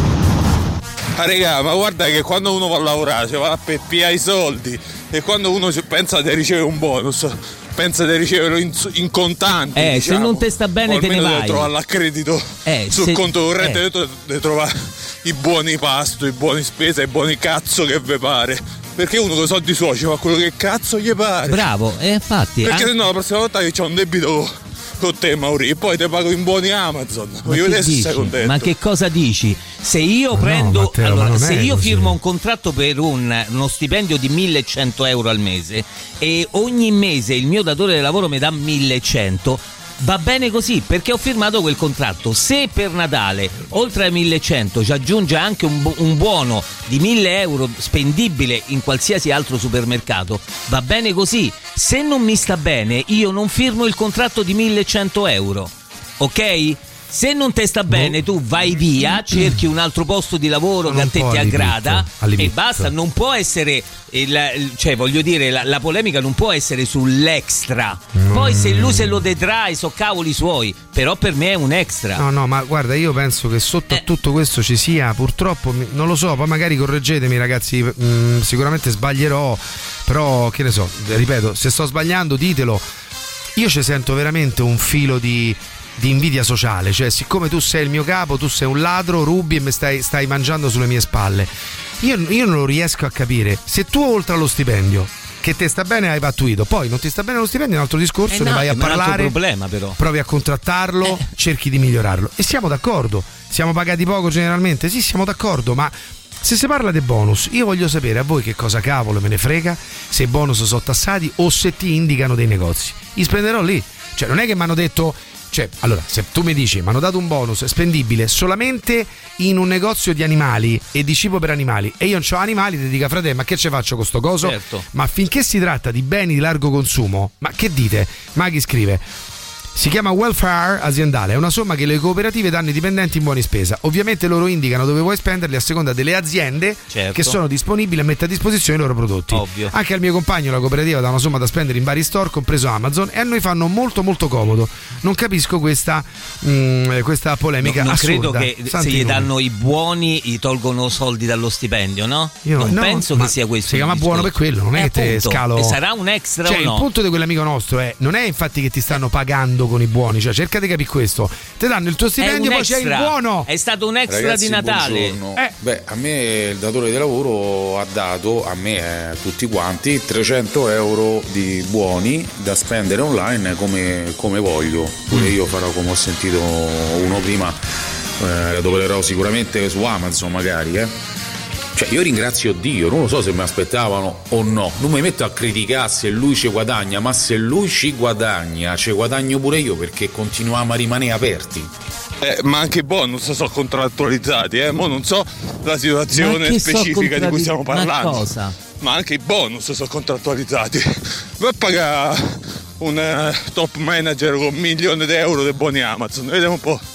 K: Ah, regà, ma guarda che quando uno va a lavorare ci va per pigliare i soldi e quando uno pensa di ricevere un bonus pensa di riceverlo in, in contanti,
H: Eh,
K: diciamo.
H: se non te sta bene
K: o
H: te ne
K: almeno
H: vai.
K: devi trovare l'accredito
H: Eh,
K: sul
H: se-
K: conto corrente,
H: eh.
K: devi devi trovare i buoni pasto, i buoni spesa, i buoni cazzo che vi pare. Perché uno con i soldi suoi ci fa quello che cazzo gli pare.
H: Bravo, e infatti.
K: Perché
H: an-
K: se no la prossima volta che c'ho un debito con te, Mauri, e poi te pago in buoni Amazon.
H: Ma
K: Voglio
H: che
K: vedere se
H: dici?
K: sei contento.
H: Ma che cosa dici? Se io
C: Ma no,
H: prendo
C: Matteo, ma
H: allora,
C: non
H: se
C: è
H: io
C: così.
H: firmo un contratto per un, uno stipendio di millecento euro al mese e ogni mese il mio datore di lavoro mi dà millecento, va bene così perché ho firmato quel contratto. Se per Natale oltre ai millecento ci aggiunge anche un, bu- un buono di mille euro spendibile in qualsiasi altro supermercato, va bene così. Se non mi sta bene io non firmo il contratto di millecento euro, ok? Se non te sta bene tu vai via, cerchi un altro posto di lavoro che a te ti aggrada e basta. Non può essere il, il- cioè voglio dire la, la polemica non può essere sull'extra. Poi se lui se lo detrae so cavoli suoi, però per me è un extra.
C: No, no, ma guarda, io penso che sotto a tutto questo ci sia, purtroppo, mi- non lo so, poi magari correggetemi ragazzi, mh, sicuramente sbaglierò, però che ne so, ripeto, se sto sbagliando ditelo. Io ci sento veramente un filo di, di invidia sociale, cioè siccome tu sei il mio capo, tu sei un ladro, rubi e mi stai, stai mangiando sulle mie spalle. Io, io non lo riesco a capire. Se tu oltre allo stipendio che te sta bene hai pattuito, poi non ti sta bene lo stipendio è un altro discorso,
H: Eh
C: ne
H: no,
C: vai a
H: è un altro
C: parlare,
H: problema, però.
C: provi a contrattarlo, cerchi di migliorarlo e siamo d'accordo. Siamo pagati poco generalmente? Sì, siamo d'accordo, ma se si parla dei bonus, io voglio sapere a voi che cosa cavolo me ne frega se i bonus sono tassati o se ti indicano dei negozi. Li spenderò lì. Cioè non è che mi hanno detto, cioè allora se tu mi dici mi hanno dato un bonus spendibile solamente in un negozio di animali e di cibo per animali e io non ho animali, ti dica frate ma che ce faccio con sto coso?
H: Certo.
C: Ma finché si tratta di beni di largo consumo, ma che dite? Maghi scrive: si chiama welfare aziendale, è una somma che le cooperative danno ai dipendenti in buoni spesa. Ovviamente loro indicano dove vuoi spenderli a seconda delle aziende
H: Certo.
C: che sono disponibili a mettere a disposizione i loro prodotti.
H: Ovvio.
C: Anche al mio compagno la cooperativa dà una somma da spendere in vari store, compreso Amazon, e a noi fanno molto molto comodo. Non capisco questa, mh, questa polemica
H: non
C: assurda.
H: credo che
C: Santi
H: se gli
C: numeri.
H: danno i buoni gli tolgono soldi dallo stipendio, no?
C: Io-
H: non
C: no,
H: penso
C: ma
H: che sia questo.
C: si chiama
H: il
C: buono per
H: discorso.
C: quello, non è
H: Eh,
C: che te
H: appunto.
C: scalo.
H: E sarà un extra
C: Cioè,
H: o no?
C: il punto di quell'amico nostro è non è infatti che ti stanno pagando con i buoni, cioè cerca di capire questo. Ti danno il tuo
H: È
C: stipendio,
H: un
C: poi c'è il
H: extra.
C: buono.
H: È stato un extra
F: Ragazzi,
H: di Natale.
F: buongiorno.
C: Eh.
F: Beh, a me il datore di lavoro ha dato, a me e a tutti quanti, trecento euro di buoni da spendere online come, come voglio. Pure io farò come ho sentito uno prima, eh, dovrò sicuramente su Amazon magari, eh. Cioè io ringrazio Dio, non lo so se mi aspettavano o no, non mi metto a criticare se lui ci guadagna, ma se lui ci guadagna, ci guadagno pure io perché continuiamo a rimanere aperti.
K: Eh, ma anche i bonus sono contrattualizzati, eh? Mo non so la situazione
H: Ma che so
K: specifica di cui stiamo
H: contraddi-
K: parlando.
H: Ma cosa?
K: Ma anche i bonus sono contrattualizzati. Va a pagare un eh, top manager con un milione di euro di buoni Amazon, vediamo un po'.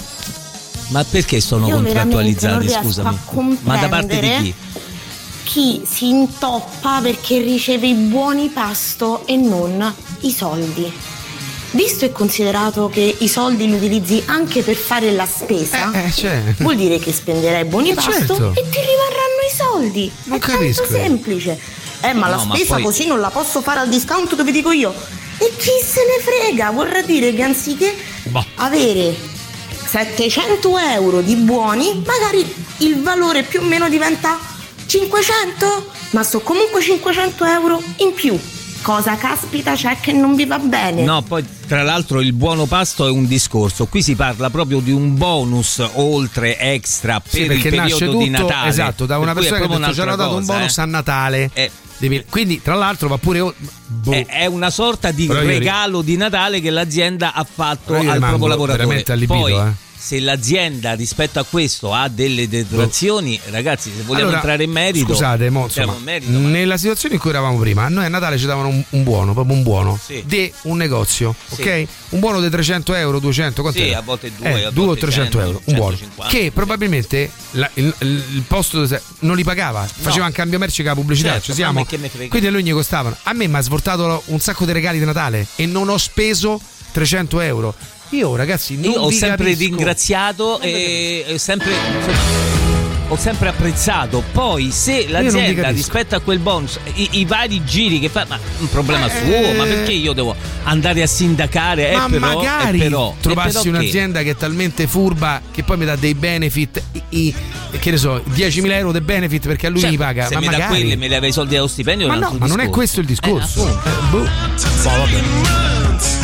H: Ma perché sono
I: Io veramente non
H: contrattualizzati,
I: riesco
H: scusami?
I: a comprendere
H: Ma da parte di chi?
I: chi si intoppa perché riceve i buoni pasto e non i soldi. visto e considerato che i soldi li utilizzi anche per fare la spesa,
C: eh, eh, cioè.
I: vuol dire che spenderai buoni
C: Eh,
I: pasto
C: certo.
I: e ti rimarranno i soldi.
C: Non
I: è
C: capisco.
I: tanto semplice. Eh, ma
H: No,
I: la
H: ma
I: spesa
H: poi-
I: così non la posso fare al discount dove dico io. E chi se ne frega? Vorrà dire che anziché
H: Boh.
I: avere settecento euro di buoni, magari il valore più o meno diventa cinquecento, ma so comunque cinquecento euro in più. Cosa caspita c'è che non vi va bene?
H: No, poi tra l'altro il buono pasto è un discorso. Qui si parla proprio di un bonus oltre extra per
C: Sì,
H: il
C: perché
H: periodo
C: nasce tutto,
H: di Natale.
C: esatto, da una
H: Per cui è
C: persona che ha
H: proprio
C: detto ci hanno
H: un'altra
C: dato un
H: cosa,
C: bonus
H: eh.
C: a Natale.
H: Eh.
C: Devi- quindi tra l'altro va pure boh.
H: È, è una sorta di
C: Però io ri-
H: regalo di Natale che l'azienda ha fatto
C: Però io
H: al
C: rimango
H: proprio lavoratore.
C: veramente allibito,
H: Poi,
C: eh.
H: se l'azienda rispetto a questo ha delle detrazioni, ragazzi, se vogliamo
C: Allora,
H: entrare in merito,
C: scusate, mo,
H: entriamo
C: insomma,
H: in merito.
C: nella situazione in cui eravamo prima, a noi a Natale ci davano un, un buono, proprio un buono
H: Sì.
C: di un negozio,
H: Sì.
C: ok? Un buono di trecento euro, duecento, quanto
H: Sì,
C: era?
H: a volte due,
C: eh,
H: a
C: due o
H: volte
C: trecento
H: cento,
C: euro, un buono
H: centocinquanta,
C: che
H: sì.
C: probabilmente la- il, il- il posto dove- non li pagava, faceva un cambio merci con la pubblicità,
H: Certo,
C: ci
H: ma
C: siamo.
H: a me che me frega.
C: Quindi a lui gli costavano. A me mi ha svoltato un sacco di regali di Natale e non ho speso trecento euro. Io ragazzi non
H: Io ho
C: vi
H: sempre
C: capisco.
H: ringraziato e e sempre ho sempre apprezzato. Poi se
C: non vi
H: l'azienda
C: capisco.
H: rispetto a quel bonus i, i vari giri che fa, ma un problema
C: Eh,
H: suo, ma perché io devo andare a sindacare?
C: Ma
H: eh, però,
C: magari
H: eh, però,
C: trovassi
H: eh, però che?
C: un'azienda che è talmente furba che poi mi dà dei benefit, i, i- che ne so, diecimila euro dei benefit perché a lui
H: Cioè,
C: li paga.
H: se
C: Ma
H: mi dà
C: magari.
H: quelle me leva i soldi allo stipendio,
C: Ma
H: è un
C: no,
H: altro
C: ma non è
H: discorso.
C: questo il discorso.
H: Eh, appunto.
C: Eh, boh. Boh, vabbè.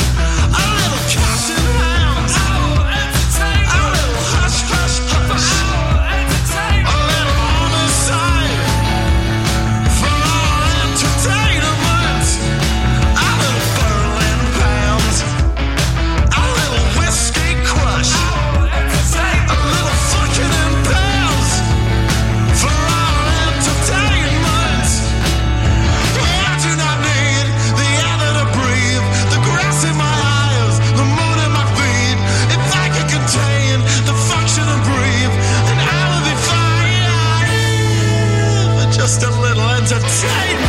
M: Just a little entertainment.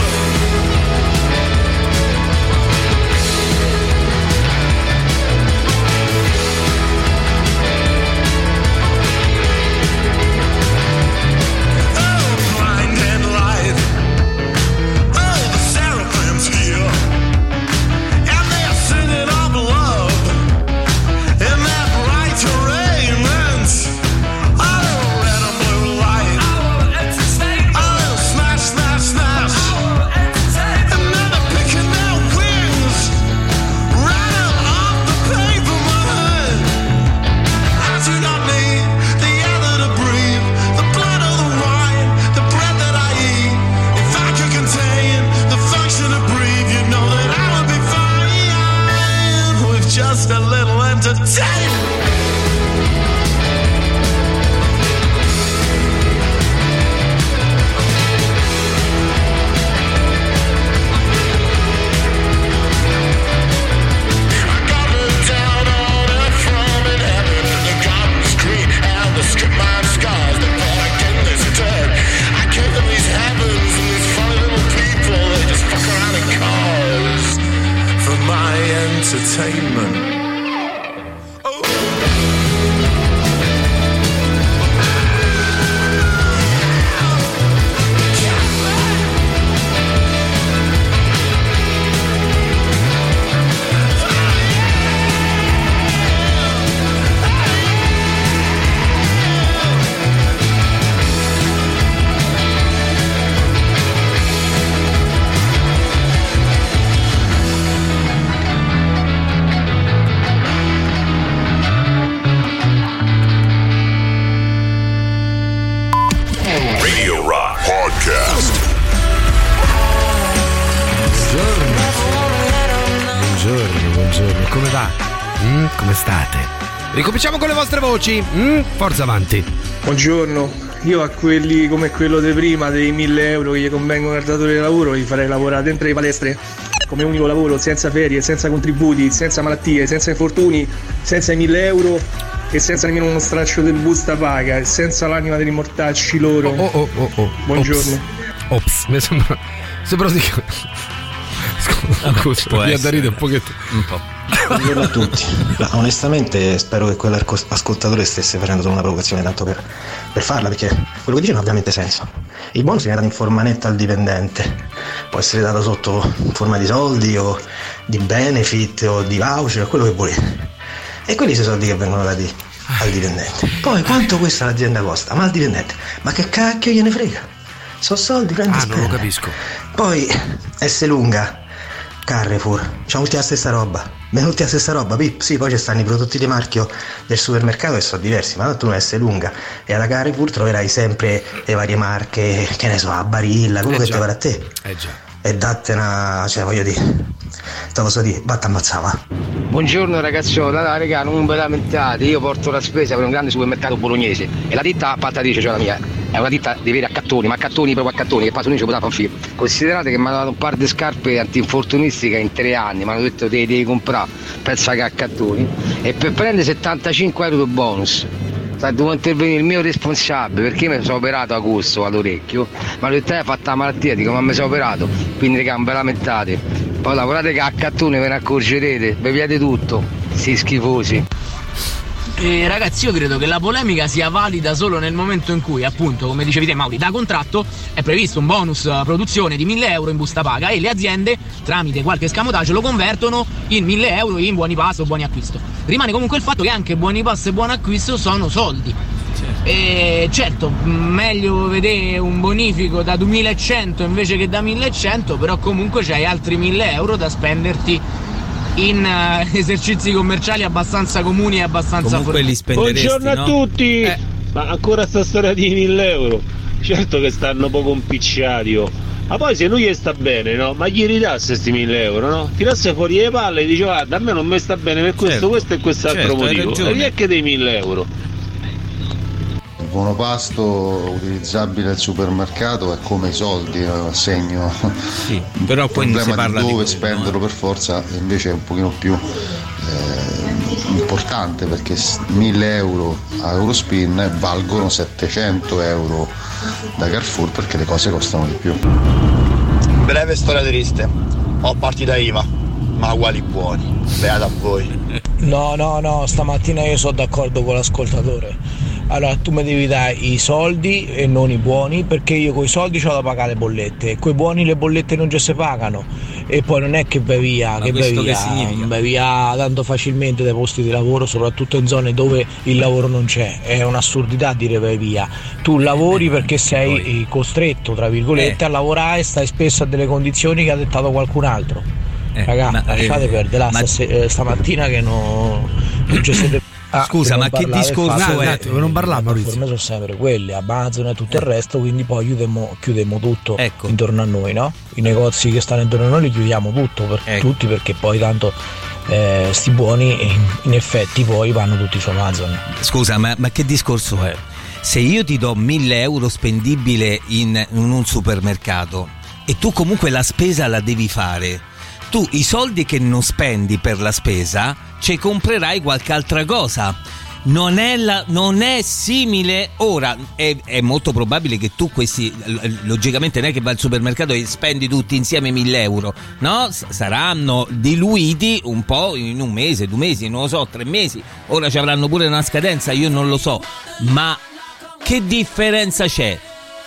M: Just a little entertainment. Entertainment.
B: Radio Rock Podcast.
C: Buongiorno, buongiorno, come va? Mm, come state? Ricominciamo con le vostre voci. Mm, forza avanti.
J: Buongiorno, io a quelli come quello di prima, dei mille euro che gli convengono al datore di lavoro, li farei lavorare dentro le palestre come unico lavoro, senza ferie, senza contributi, senza malattie, senza infortuni, senza i mille euro e senza nemmeno uno straccio del busta paga e senza l'anima degli mortacci loro.
C: Oh oh oh oh.
J: Buongiorno.
C: Ops, Ops. mi sembra. Sembra di. Scusa,
H: Può
C: mi ha da
H: essere.
C: ridere un pochetto.
H: Un po'.
A: Buongiorno a tutti. Ma onestamente spero che quell'ascoltatore stesse facendo solo una provocazione tanto per, per farla, perché quello che dice non ha ovviamente senso. Il bonus viene dato in forma netta al dipendente, può essere dato sotto in forma di soldi o di benefit o di voucher, quello che volete. E quelli sono soldi che vengono dati al dipendente. Poi quanto questa l'azienda costa? Ma al dipendente, ma che cacchio gliene frega? Sono soldi, prendi.
C: Ah, non lo capisco.
A: Poi S lunga, Carrefour, c'hanno tutti la stessa roba. Vengono tutti la stessa roba, Pip, sì, poi ci stanno i prodotti di marchio del supermercato che sono diversi, ma tanto una S lunga e alla Carrefour troverai sempre le varie marche, che ne so, a Barilla, quello
C: Eh
A: che
C: già.
A: ti pare a te.
C: Eh già.
A: E dattene, cioè voglio dire, te posso dire, batta ammazzava.
L: Buongiorno ragazzo, da regà, non ve lamentate, io porto la spesa per un grande supermercato bolognese e la ditta pattatrice, cioè la mia, è una ditta di veri accattoni, ma accattoni proprio accattoni, che poi non ci poteva fare un film. Considerate che mi hanno dato un par di scarpe antinfortunistiche in tre anni, mi hanno detto devi, devi comprare, pensa che accattoni, e per prendere settantacinque euro di bonus. Devo intervenire il mio responsabile perché mi sono operato a agosto all'orecchio, ma lui te hai fatto la malattia, dico ma mi sono operato, quindi raga non ve lamentate, poi lavorate che a cattone ve ne accorgerete, beviate tutto, sti schifosi.
G: Eh, ragazzi, io credo che la polemica sia valida solo nel momento in cui, appunto, come dicevi te Mauri, da contratto è previsto un bonus uh, produzione di mille euro in busta paga e le aziende, tramite qualche escamotage, lo convertono in mille euro in buoni pasto o buoni acquisto. Rimane comunque il fatto che anche buoni pasto e buon acquisto sono soldi. E certo, meglio vedere un bonifico da duemilacento invece che da millecento, però comunque c'hai altri mille euro da spenderti in uh, esercizi commerciali abbastanza comuni e abbastanza
H: Comunque li spenderesti,
O: Buongiorno a
H: no?
O: tutti!
H: Eh.
O: Ma ancora sta storia di mille euro? Certo che stanno poco impicciati, oh. Ma poi se lui gli sta bene, no? Ma gli ridasse sti mille euro, no? Tirasse fuori le palle e dice guarda, a me non mi sta bene per questo,
H: Certo.
O: questo e quest'altro
H: Certo, hai
O: motivo.
H: ragione.
O: E via che dei mille euro.
P: Il buono pasto utilizzabile al supermercato è come i soldi a segno.
H: Sì, però
P: il
H: poi non si
P: problema
H: parla
P: di
H: di
P: dove
H: quello,
P: spenderlo per forza invece è un pochino più eh, importante, perché mille euro a Eurospin valgono settecento euro da Carrefour perché le cose costano di più.
Y: Breve storia triste, ho partita I V A, ma uguali buoni, beata a voi.
Z: No, no, no, stamattina io sono d'accordo con l'ascoltatore. Allora, tu mi devi dare i soldi e non i buoni, perché io con i soldi ho da pagare le bollette e coi buoni le bollette non ci si pagano. E poi non è che vai via,
H: Ma
Z: che vai
H: questo che
Z: via,
H: significa?
Z: vai via tanto facilmente dai posti di lavoro, soprattutto in zone dove il lavoro non c'è. È un'assurdità dire vai via. Tu lavori perché sei costretto, tra virgolette,
H: Eh.
Z: a lavorare e stai spesso a delle condizioni che ha dettato qualcun altro.
H: Eh,
Z: Ragà,
H: ma,
Z: lasciate
H: eh,
Z: perdere, là,
H: ma-
Z: stas- eh, stamattina che non, non ci siete. Ah,
H: Scusa,
Z: per
H: ma
Z: non
H: che
Z: parlare del
H: discorso
Z: fatto
H: è?
Z: che
C: Un attimo, non parlare,
Z: le
C: Maurizio.
Z: piattaforme sono sempre quelle, Amazon e tutto il resto, quindi poi chiudemmo, chiudemmo tutto
H: Ecco.
Z: intorno a noi, no? I negozi che stanno intorno a noi li chiudiamo tutto per
H: Ecco.
Z: tutti, perché poi tanto eh, sti buoni in, in effetti poi vanno tutti su Amazon.
H: Scusa, ma, ma che discorso è? Se io ti do mille euro spendibile in, in un supermercato e tu comunque la spesa la devi fare, tu i soldi che non spendi per la spesa ci comprerai qualche altra cosa. Non è, la, non è simile. Ora è, è molto probabile che tu questi, logicamente non è che vai al supermercato e spendi tutti insieme mille euro, no? S- saranno diluiti un po' in un mese, due mesi, non lo so, tre mesi. Ora ci avranno pure una scadenza, io non lo so, ma che differenza c'è?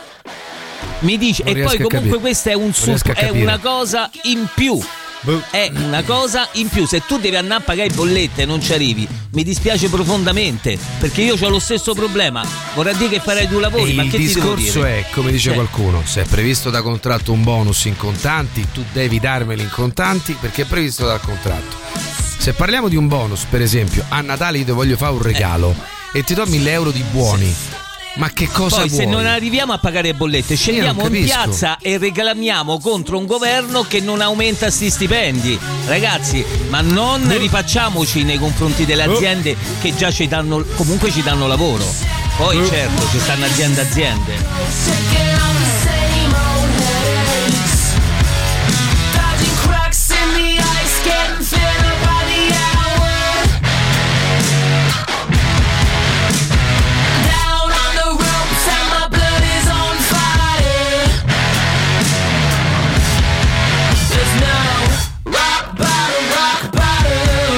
H: Mi dice,
C: Non
H: e
C: riesco
H: poi
C: a
H: comunque
C: capire.
H: questa è un
C: Non
H: sup-
C: riesco a
H: è
C: capire.
H: una cosa in più. È una cosa in più. Se tu devi andare a pagare bollette e non ci arrivi, mi dispiace profondamente, perché io ho lo stesso problema. Vorrà dire che farai due lavori,
C: E
H: ma
C: il
H: che ti devo
C: discorso
H: dire?
C: è, come dice
H: Cioè,
C: qualcuno, se è previsto da contratto un bonus in contanti, tu devi darmeli in contanti perché è previsto dal contratto. Se parliamo di un bonus, per esempio, a Natale io ti voglio fare un regalo e ti do mille euro di buoni. Ma che cosa
H: Poi
C: vuoi?
H: se non arriviamo a pagare bollette, scendiamo
C: Io non
H: in
C: capisco.
H: piazza e reclamiamo contro un governo che non aumenta sti stipendi. Ragazzi, ma non rifacciamoci nei confronti delle aziende che già ci danno, comunque ci danno lavoro. Poi certo, ci stanno aziende aziende.
M: Rock bottom, rock bottom.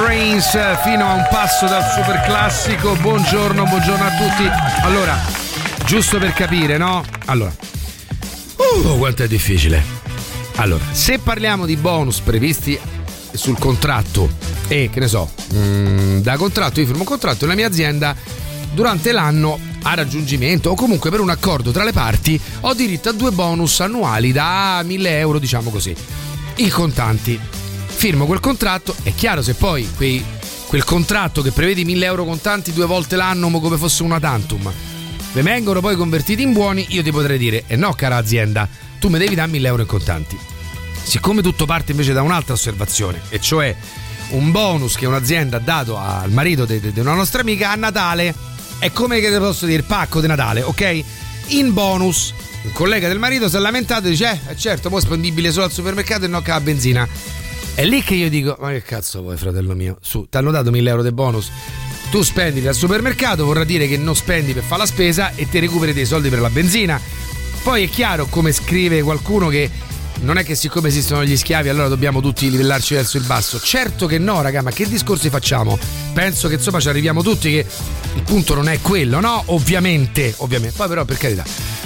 C: Trains fino a un passo dal super classico. Buongiorno, buongiorno a tutti. Allora, giusto per capire, no? Allora, uh, quanto è difficile. Allora, se parliamo di bonus previsti sul contratto e che ne so, mh, da contratto, io firmo un contratto e la mia azienda durante l'anno a raggiungimento o comunque per un accordo tra le parti ho diritto a due bonus annuali da mille euro, diciamo così, i contanti. Firmo quel contratto, è chiaro, se poi quei, quel contratto che prevede mille euro contanti due volte l'anno come fosse una tantum ve vengono poi convertiti in buoni, io ti potrei dire eh no cara azienda, tu mi devi dare mille euro in contanti. Siccome tutto parte invece da un'altra osservazione, e cioè un bonus che un'azienda ha dato al marito di una nostra amica a Natale, è come che te posso dire, pacco di Natale, ok? In bonus un collega del marito si è lamentato e dice eh certo, poi è spendibile solo al supermercato e non che la benzina. È lì che io dico ma che cazzo vuoi fratello mio, su, ti hanno dato mille euro di bonus, tu spendili al supermercato, vorrà dire che non spendi per fare la spesa e ti recuperi dei soldi per la benzina. Poi è chiaro, come scrive qualcuno, che non è che siccome esistono gli schiavi allora dobbiamo tutti livellarci verso il basso. Certo che no raga, ma che discorsi facciamo? Penso che insomma ci arriviamo tutti che il punto non è quello, no? Ovviamente, ovviamente. Poi però per carità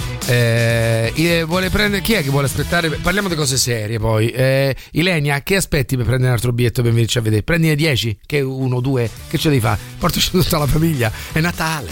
C: eh, vuole prendere, chi è che vuole aspettare? Parliamo di cose serie poi. eh, Ilenia, che aspetti per prendere un altro biglietto per venirci a vedere? Prendine dieci, che uno, due, che ce devi fare? Portaci tutta la famiglia, è Natale.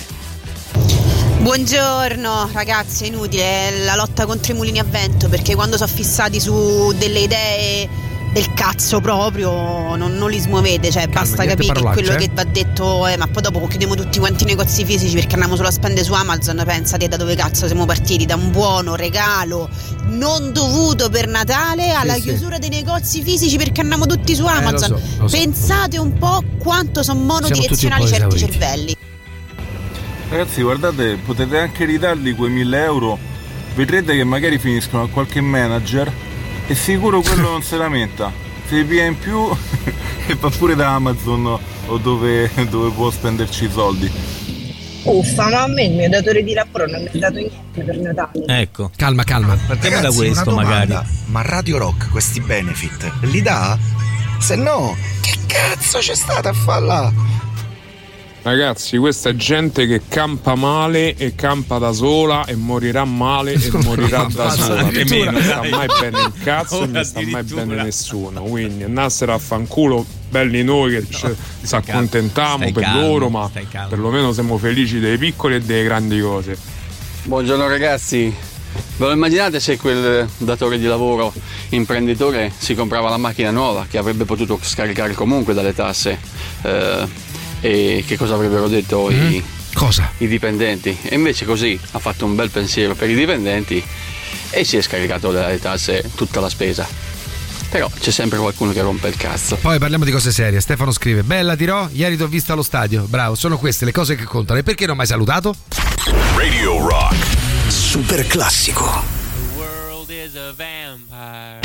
Q: Buongiorno ragazzi, è inutile la lotta contro i mulini a vento, perché quando sono fissati su delle idee del cazzo proprio non, non li smuovete, cioè Calma, basta capire che quello eh? che va detto è ma poi dopo chiudiamo tutti quanti i negozi fisici perché andiamo solo a spendere su Amazon. Pensate da dove cazzo siamo partiti, da un buono regalo non dovuto per Natale alla sì, chiusura sì. dei negozi fisici perché andiamo tutti su Amazon. Eh, lo so, lo so. Pensate un po' quanto sono monodirezionali certi esauriti. cervelli.
K: Ragazzi, guardate, potete anche ridargli quei mille euro, vedrete che magari finiscono a qualche manager e sicuro quello non si lamenta, se li pia in più e va pure da Amazon o dove, dove può spenderci i soldi.
I: Uffa, ma a me il mio datore di lavoro non mi ha dato niente per Natale.
H: Ecco.
C: Calma, calma.
H: Partiamo
R: Ragazzi,
H: da questo
R: una domanda,
H: magari.
R: Ma Radio Rock questi benefit li dà? Se no, che cazzo c'è stata a farla?
K: Ragazzi, questa è gente che campa male e campa da sola e morirà male e morirà da sola. E me non sta mai bene il cazzo e non sta mai bene nessuno. Quindi andassero a fanculo, belli noi che ci no, accontentiamo per calmo, loro, ma perlomeno siamo felici delle piccole e delle grandi cose.
S: Buongiorno ragazzi. Ve lo immaginate se quel datore di lavoro imprenditore si comprava la macchina nuova che avrebbe potuto scaricare comunque dalle tasse? Eh, E che cosa avrebbero detto mm. i,
C: cosa?
S: i dipendenti? E invece così ha fatto un bel pensiero per i dipendenti e si è scaricato dalle tasse tutta la spesa. Però c'è sempre qualcuno che rompe il cazzo.
C: Poi parliamo di cose serie. Stefano scrive: bella dirò, ieri ti ho vista allo stadio. Bravo, sono queste le cose che contano. E perché non mi hai salutato?
B: Radio Rock
R: Super classico.
M: The world is a vampire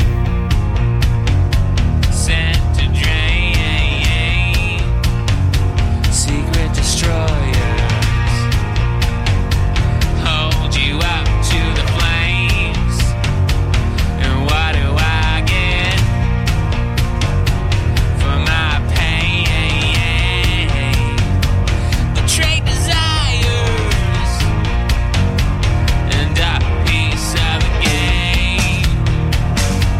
M: sent to drain secret destroyers, hold you up to the flames. And what do I get for my pain? Betrayed desires and a piece of a game.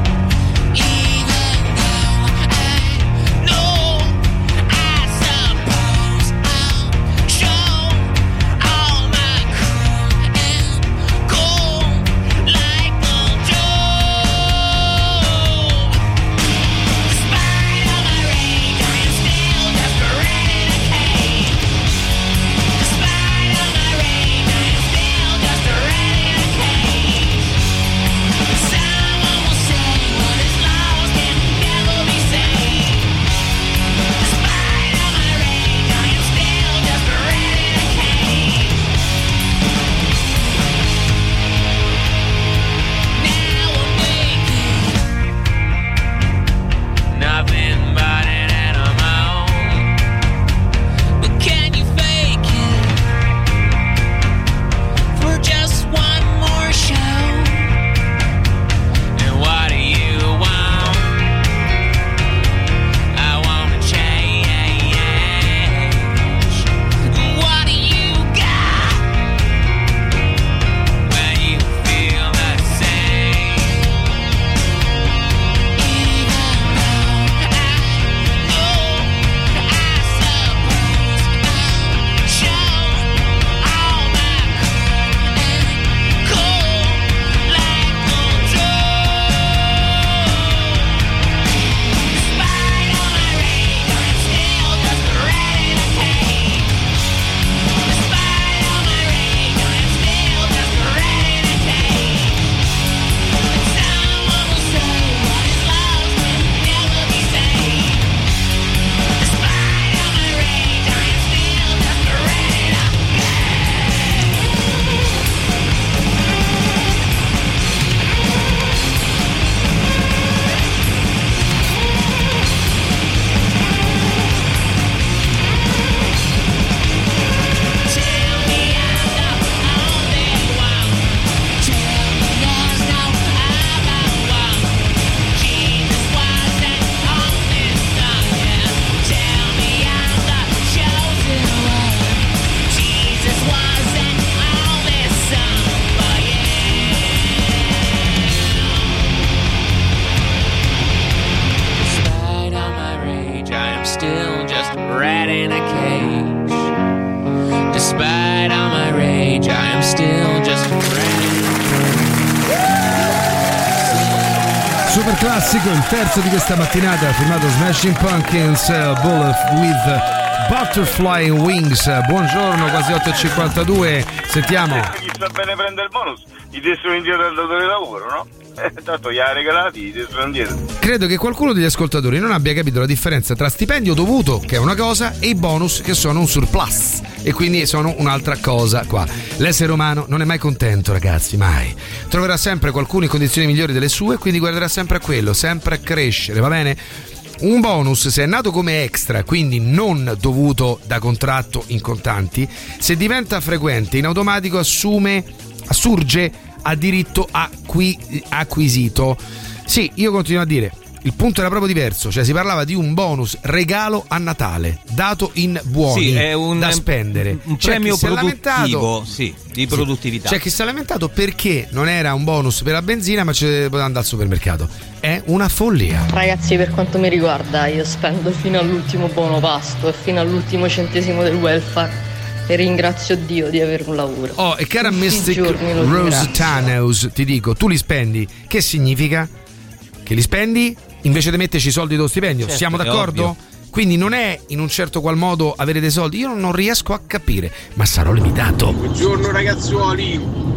C: super classico, il terzo di questa mattinata, firmato Smashing Pumpkins, uh, Bullet with Butterfly Wings. Buongiorno, quasi otto e cinquantadue, sentiamo.
N: Chi sta bene prende il bonus, gli tessero indietro al datore di lavoro, no? Eh, tanto gli ha regalati, gli tessero indietro.
C: Credo che qualcuno degli ascoltatori non abbia capito la differenza tra stipendio dovuto, che è una cosa, e i bonus, che sono un surplus, e quindi sono un'altra cosa qua. L'essere umano non è mai contento, ragazzi, mai. Troverà sempre qualcuno in condizioni migliori delle sue, quindi guarderà sempre a quello, sempre a crescere, va bene? Un bonus, se è nato come extra, quindi non dovuto da contratto in contanti, se diventa frequente, in automatico assume, assurge a diritto acqui, acquisito. Sì, io continuo a dire, il punto era proprio diverso, cioè si parlava di un bonus regalo a Natale, dato in buoni,
H: sì, è un,
C: da spendere.
H: Un
C: C'è
H: premio
C: chi si è
H: produttivo,
C: lamentato,
H: sì, di produttività.
C: C'è chi si è lamentato perché non era un bonus per la benzina, ma ci poteva andare al supermercato. È una follia.
T: Ragazzi, per quanto mi riguarda, io spendo fino all'ultimo buono pasto e fino all'ultimo centesimo del welfare e ringrazio Dio di avere un lavoro.
C: Oh, e cara
T: Tutti
C: Mystic Rose
T: ringrazio.
C: Thanos, ti dico, tu li spendi. Che significa? Che li spendi invece di metterci i soldi dello stipendio.
H: Certo,
C: Siamo
H: è
C: d'accordo?
H: ovvio.
C: Quindi non è in un certo qual modo avere dei soldi. Io non riesco a capire, ma sarò limitato.
U: Buongiorno ragazzuoli,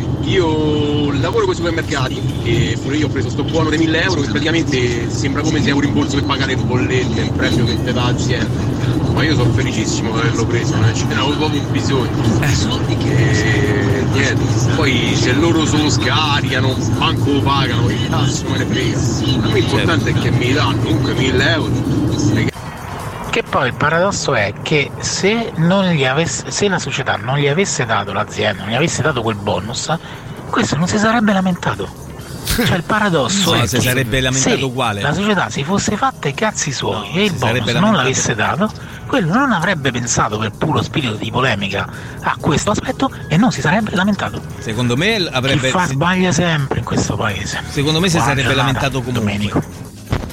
U: io lavoro con i supermercati e pure io ho preso sto buono dei mille euro che praticamente sembra come sia un rimborso per pagare bollette, il premio che te dà l'azienda, ma io sono felicissimo di averlo preso, non ce ne avevo proprio bisogno e niente, poi se loro solo scaricano, manco lo pagano, che cazzo me ne frega, a me l'importante è che mi danno comunque mille euro.
V: Che poi il paradosso è che se, non gli avesse, se la società non gli avesse dato, l'azienda non gli avesse dato quel bonus, questo non si sarebbe lamentato. Cioè il paradosso
H: No,
V: è
H: si
V: che
H: sarebbe lamentato
V: se
H: uguale.
V: la società si fosse fatta i cazzi suoi e il
H: si
V: bonus
H: sarebbe
V: non
H: lamentato
V: l'avesse dato, quello non avrebbe pensato per puro spirito di polemica a questo aspetto e non si sarebbe lamentato.
H: Secondo me avrebbe.
V: Chi fa sbaglia sempre in questo paese.
H: Secondo me si
V: Buona
H: sarebbe
V: giornata,
H: lamentato comunque.
V: Domenico.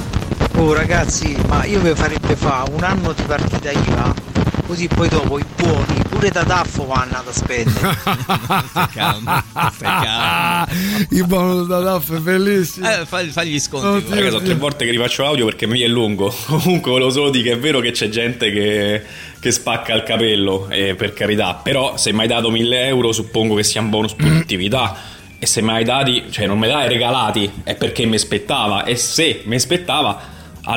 W: Oh ragazzi, ma io vi farebbe fa un anno di partita I V A, così poi dopo i buoni pure da Daffo vanno da spendere.
H: Stai calmo, stai calmo.
C: Il bonus da Daffo è bellissimo.
H: Eh, fagli, fagli sconti.
C: Oddio,
X: Ragazzi, sono tre volte che rifaccio l'audio perché mi è lungo. Comunque volevo solo dire che è vero che c'è gente che, che spacca il capello, eh, per carità, però se mi hai dato mille euro suppongo che sia un bonus produttività. E se mi hai dati, cioè non me l'hai regalati, è perché mi aspettava, e se mi aspettava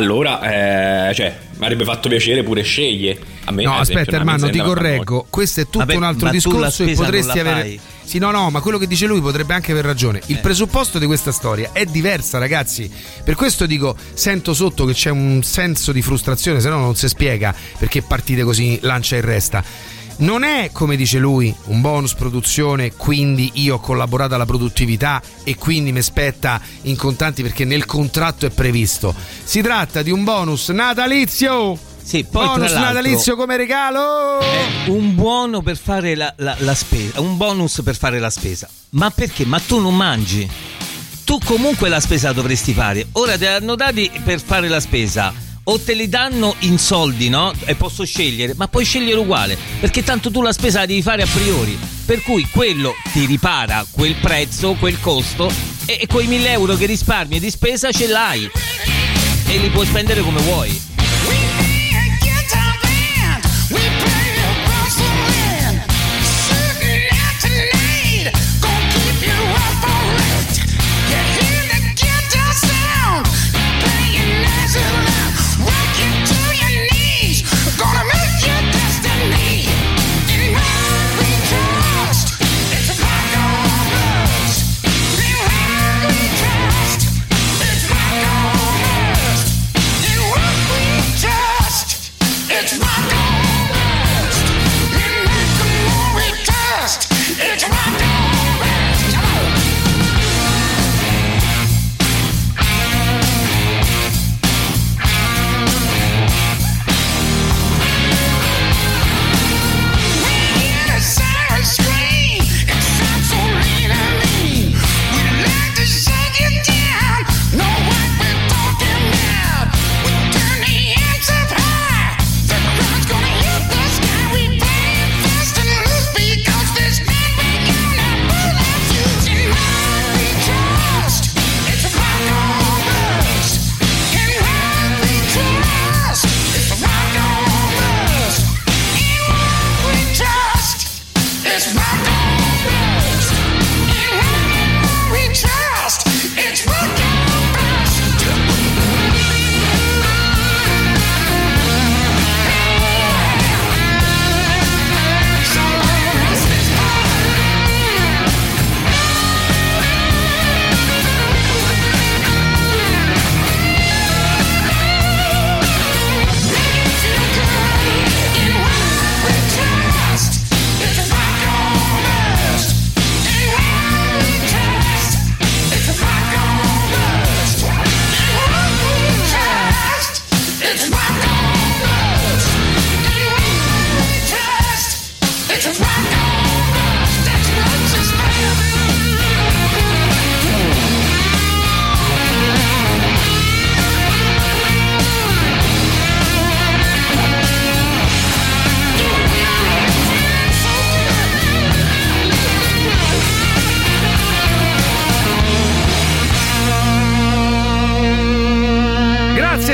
X: allora eh, cioè mi avrebbe fatto piacere pure scegliere. A me,
C: no,
X: ad
C: aspetta,
X: esempio,
C: Ermanno, ti
X: un'azienda
C: correggo. Questo è tutto
X: Vabbè,
C: un altro
X: ma tu la
C: discorso e
X: spesa
C: potresti
X: non la
C: avere.
X: fai.
C: Sì, no, no, ma quello che dice lui potrebbe anche aver ragione. Il
X: Eh.
C: presupposto di questa storia è diversa, ragazzi. Per questo dico, sento sotto che c'è un senso di frustrazione, se no non si spiega perché partite così lancia e resta. Non è, come dice lui, un bonus produzione, quindi io ho collaborato alla produttività e quindi mi spetta in contanti perché nel contratto è previsto. Si tratta di un bonus natalizio.
H: Sì, poi
C: bonus
H: tra l'altro,
C: natalizio come regalo.
H: È un buono per fare la, la, la spesa, un bonus per fare la spesa. Ma perché? Ma tu non mangi. Tu comunque la spesa dovresti fare. Ora te l'hanno dati per fare la spesa. O te li danno in soldi, no? E posso scegliere, ma puoi scegliere uguale, perché tanto tu la spesa la devi fare a priori. Per cui quello ti ripara quel prezzo, quel costo, e, e quei mille euro che risparmi di spesa ce l'hai. E li puoi spendere come vuoi.
M: It's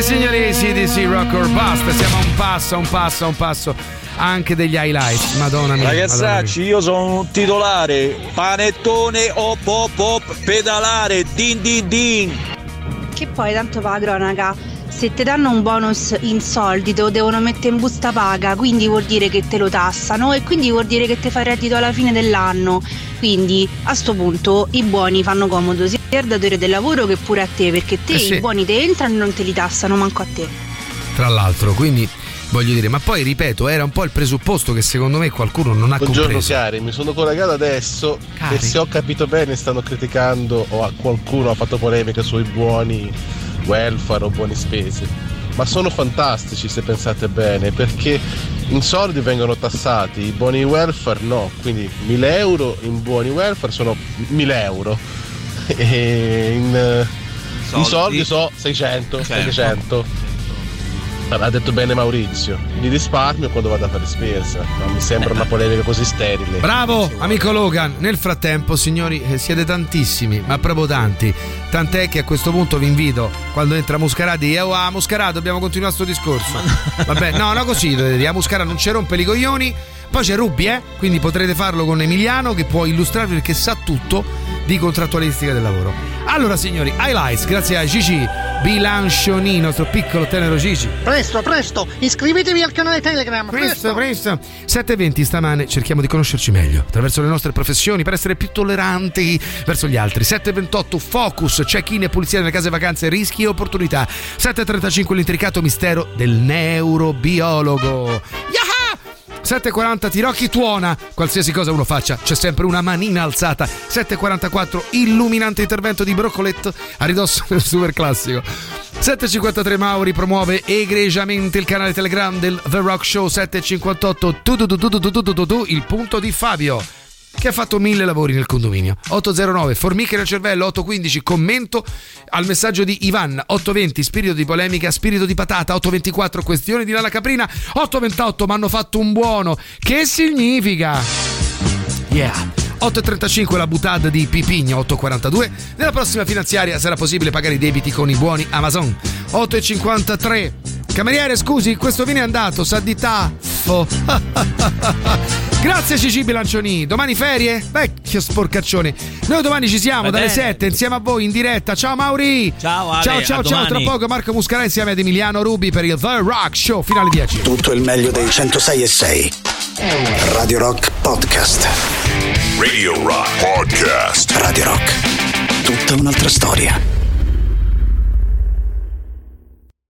C: signori, C D C Rock or Bust. Siamo a un passo, a un passo, a un passo anche degli highlights. Madonna mia.
A: Ragazzacci, io sono un titolare. Panettone o pop pop pedalare. Din din din.
D: Che poi tanto per la cronaca, se ti danno un bonus in soldi te lo devono mettere in busta paga, quindi vuol dire che te lo tassano e quindi vuol dire che te fai reddito alla fine dell'anno. Quindi a sto punto i buoni fanno comodo sia al datore del lavoro che pure a te, perché te
C: Eh sì.
D: i buoni te entrano e non te li tassano manco a te.
C: Tra l'altro, quindi voglio dire, ma poi ripeto, era un po' il presupposto che secondo me qualcuno non ha
E: Buongiorno
C: compreso.
E: cari, mi sono collegato adesso
C: Cari.
E: e se ho capito bene stanno criticando o qualcuno ha fatto polemica sui buoni welfare o buoni spese, ma sono fantastici se pensate bene, perché in soldi vengono tassati, i buoni welfare no, quindi mille euro in buoni welfare sono mille euro e in, in
H: Soldi.
E: soldi so seicento,
H: Certo.
E: settecento. Ha detto bene Maurizio, li risparmio quando vado a fare spesa, non mi sembra una polemica così sterile.
C: Bravo amico Logan. Nel frattempo, signori, eh, siete tantissimi, ma proprio tanti. Tant'è che a questo punto vi invito, quando entra Muscarà, di oh, a Muscarà dobbiamo continuare sto discorso. Vabbè, no, no, così dovete dire, a Muscarà non ci rompe i coglioni. Poi c'è Rubi, eh? Quindi potrete farlo con Emiliano, che può illustrarvi perché sa tutto di contrattualistica del lavoro. Allora signori, highlights grazie a Gigi Bilancioni, nostro piccolo tenero Gigi.
F: Presto, presto, iscrivetevi al canale Telegram.
C: Presto, presto. sette e venti stamane cerchiamo di conoscerci meglio attraverso le nostre professioni per essere più tolleranti verso gli altri. sette e ventotto Focus, check-in e pulizia nelle case vacanze, rischi e opportunità. sette e trentacinque l'intricato mistero del neurobiologo. Yaha! sette e quaranta Tirocchi tuona, qualsiasi cosa uno faccia c'è sempre una manina alzata. sette e quarantaquattro illuminante intervento di Broccoletto a ridosso del super classico. sette e cinquantatré Mauri promuove egregiamente il canale Telegram del The Rock Show. Sette e cinquantotto tu, tu, tu, tu, tu, tu, tu, tu, tu, il punto di Fabio, che ha fatto mille lavori nel condominio. otto zero nove formiche nel cervello. Otto quindici commento al messaggio di Ivan. Otto venti spirito di polemica, spirito di patata. Otto ventiquattro questioni di Lala Caprina. Otto ventotto mi hanno fatto un buono. Che significa? Yeah. otto e trentacinque la butad di Pipigno. Otto e quarantadue nella prossima finanziaria sarà possibile pagare i debiti con i buoni Amazon. Otto e cinquantatré cameriere scusi, questo vino è andato, sa di taffo. Grazie Cici Bilancioni. Domani ferie? Vecchio sporcaccione. Noi domani ci siamo
H: Va
C: dalle
H: bene.
C: sette insieme a voi in diretta. Ciao Mauri.
H: Ciao Ale,
C: Ciao ciao
H: a
C: ciao. Tra
H: domani.
C: poco Marco Muscarà insieme ad Emiliano Rubi per il The Rock Show fino alle dieci.
J: Tutto il meglio dei centosei e sei. Radio Rock Podcast.
B: Radio Rock Podcast.
J: Radio Rock. Tutta un'altra storia.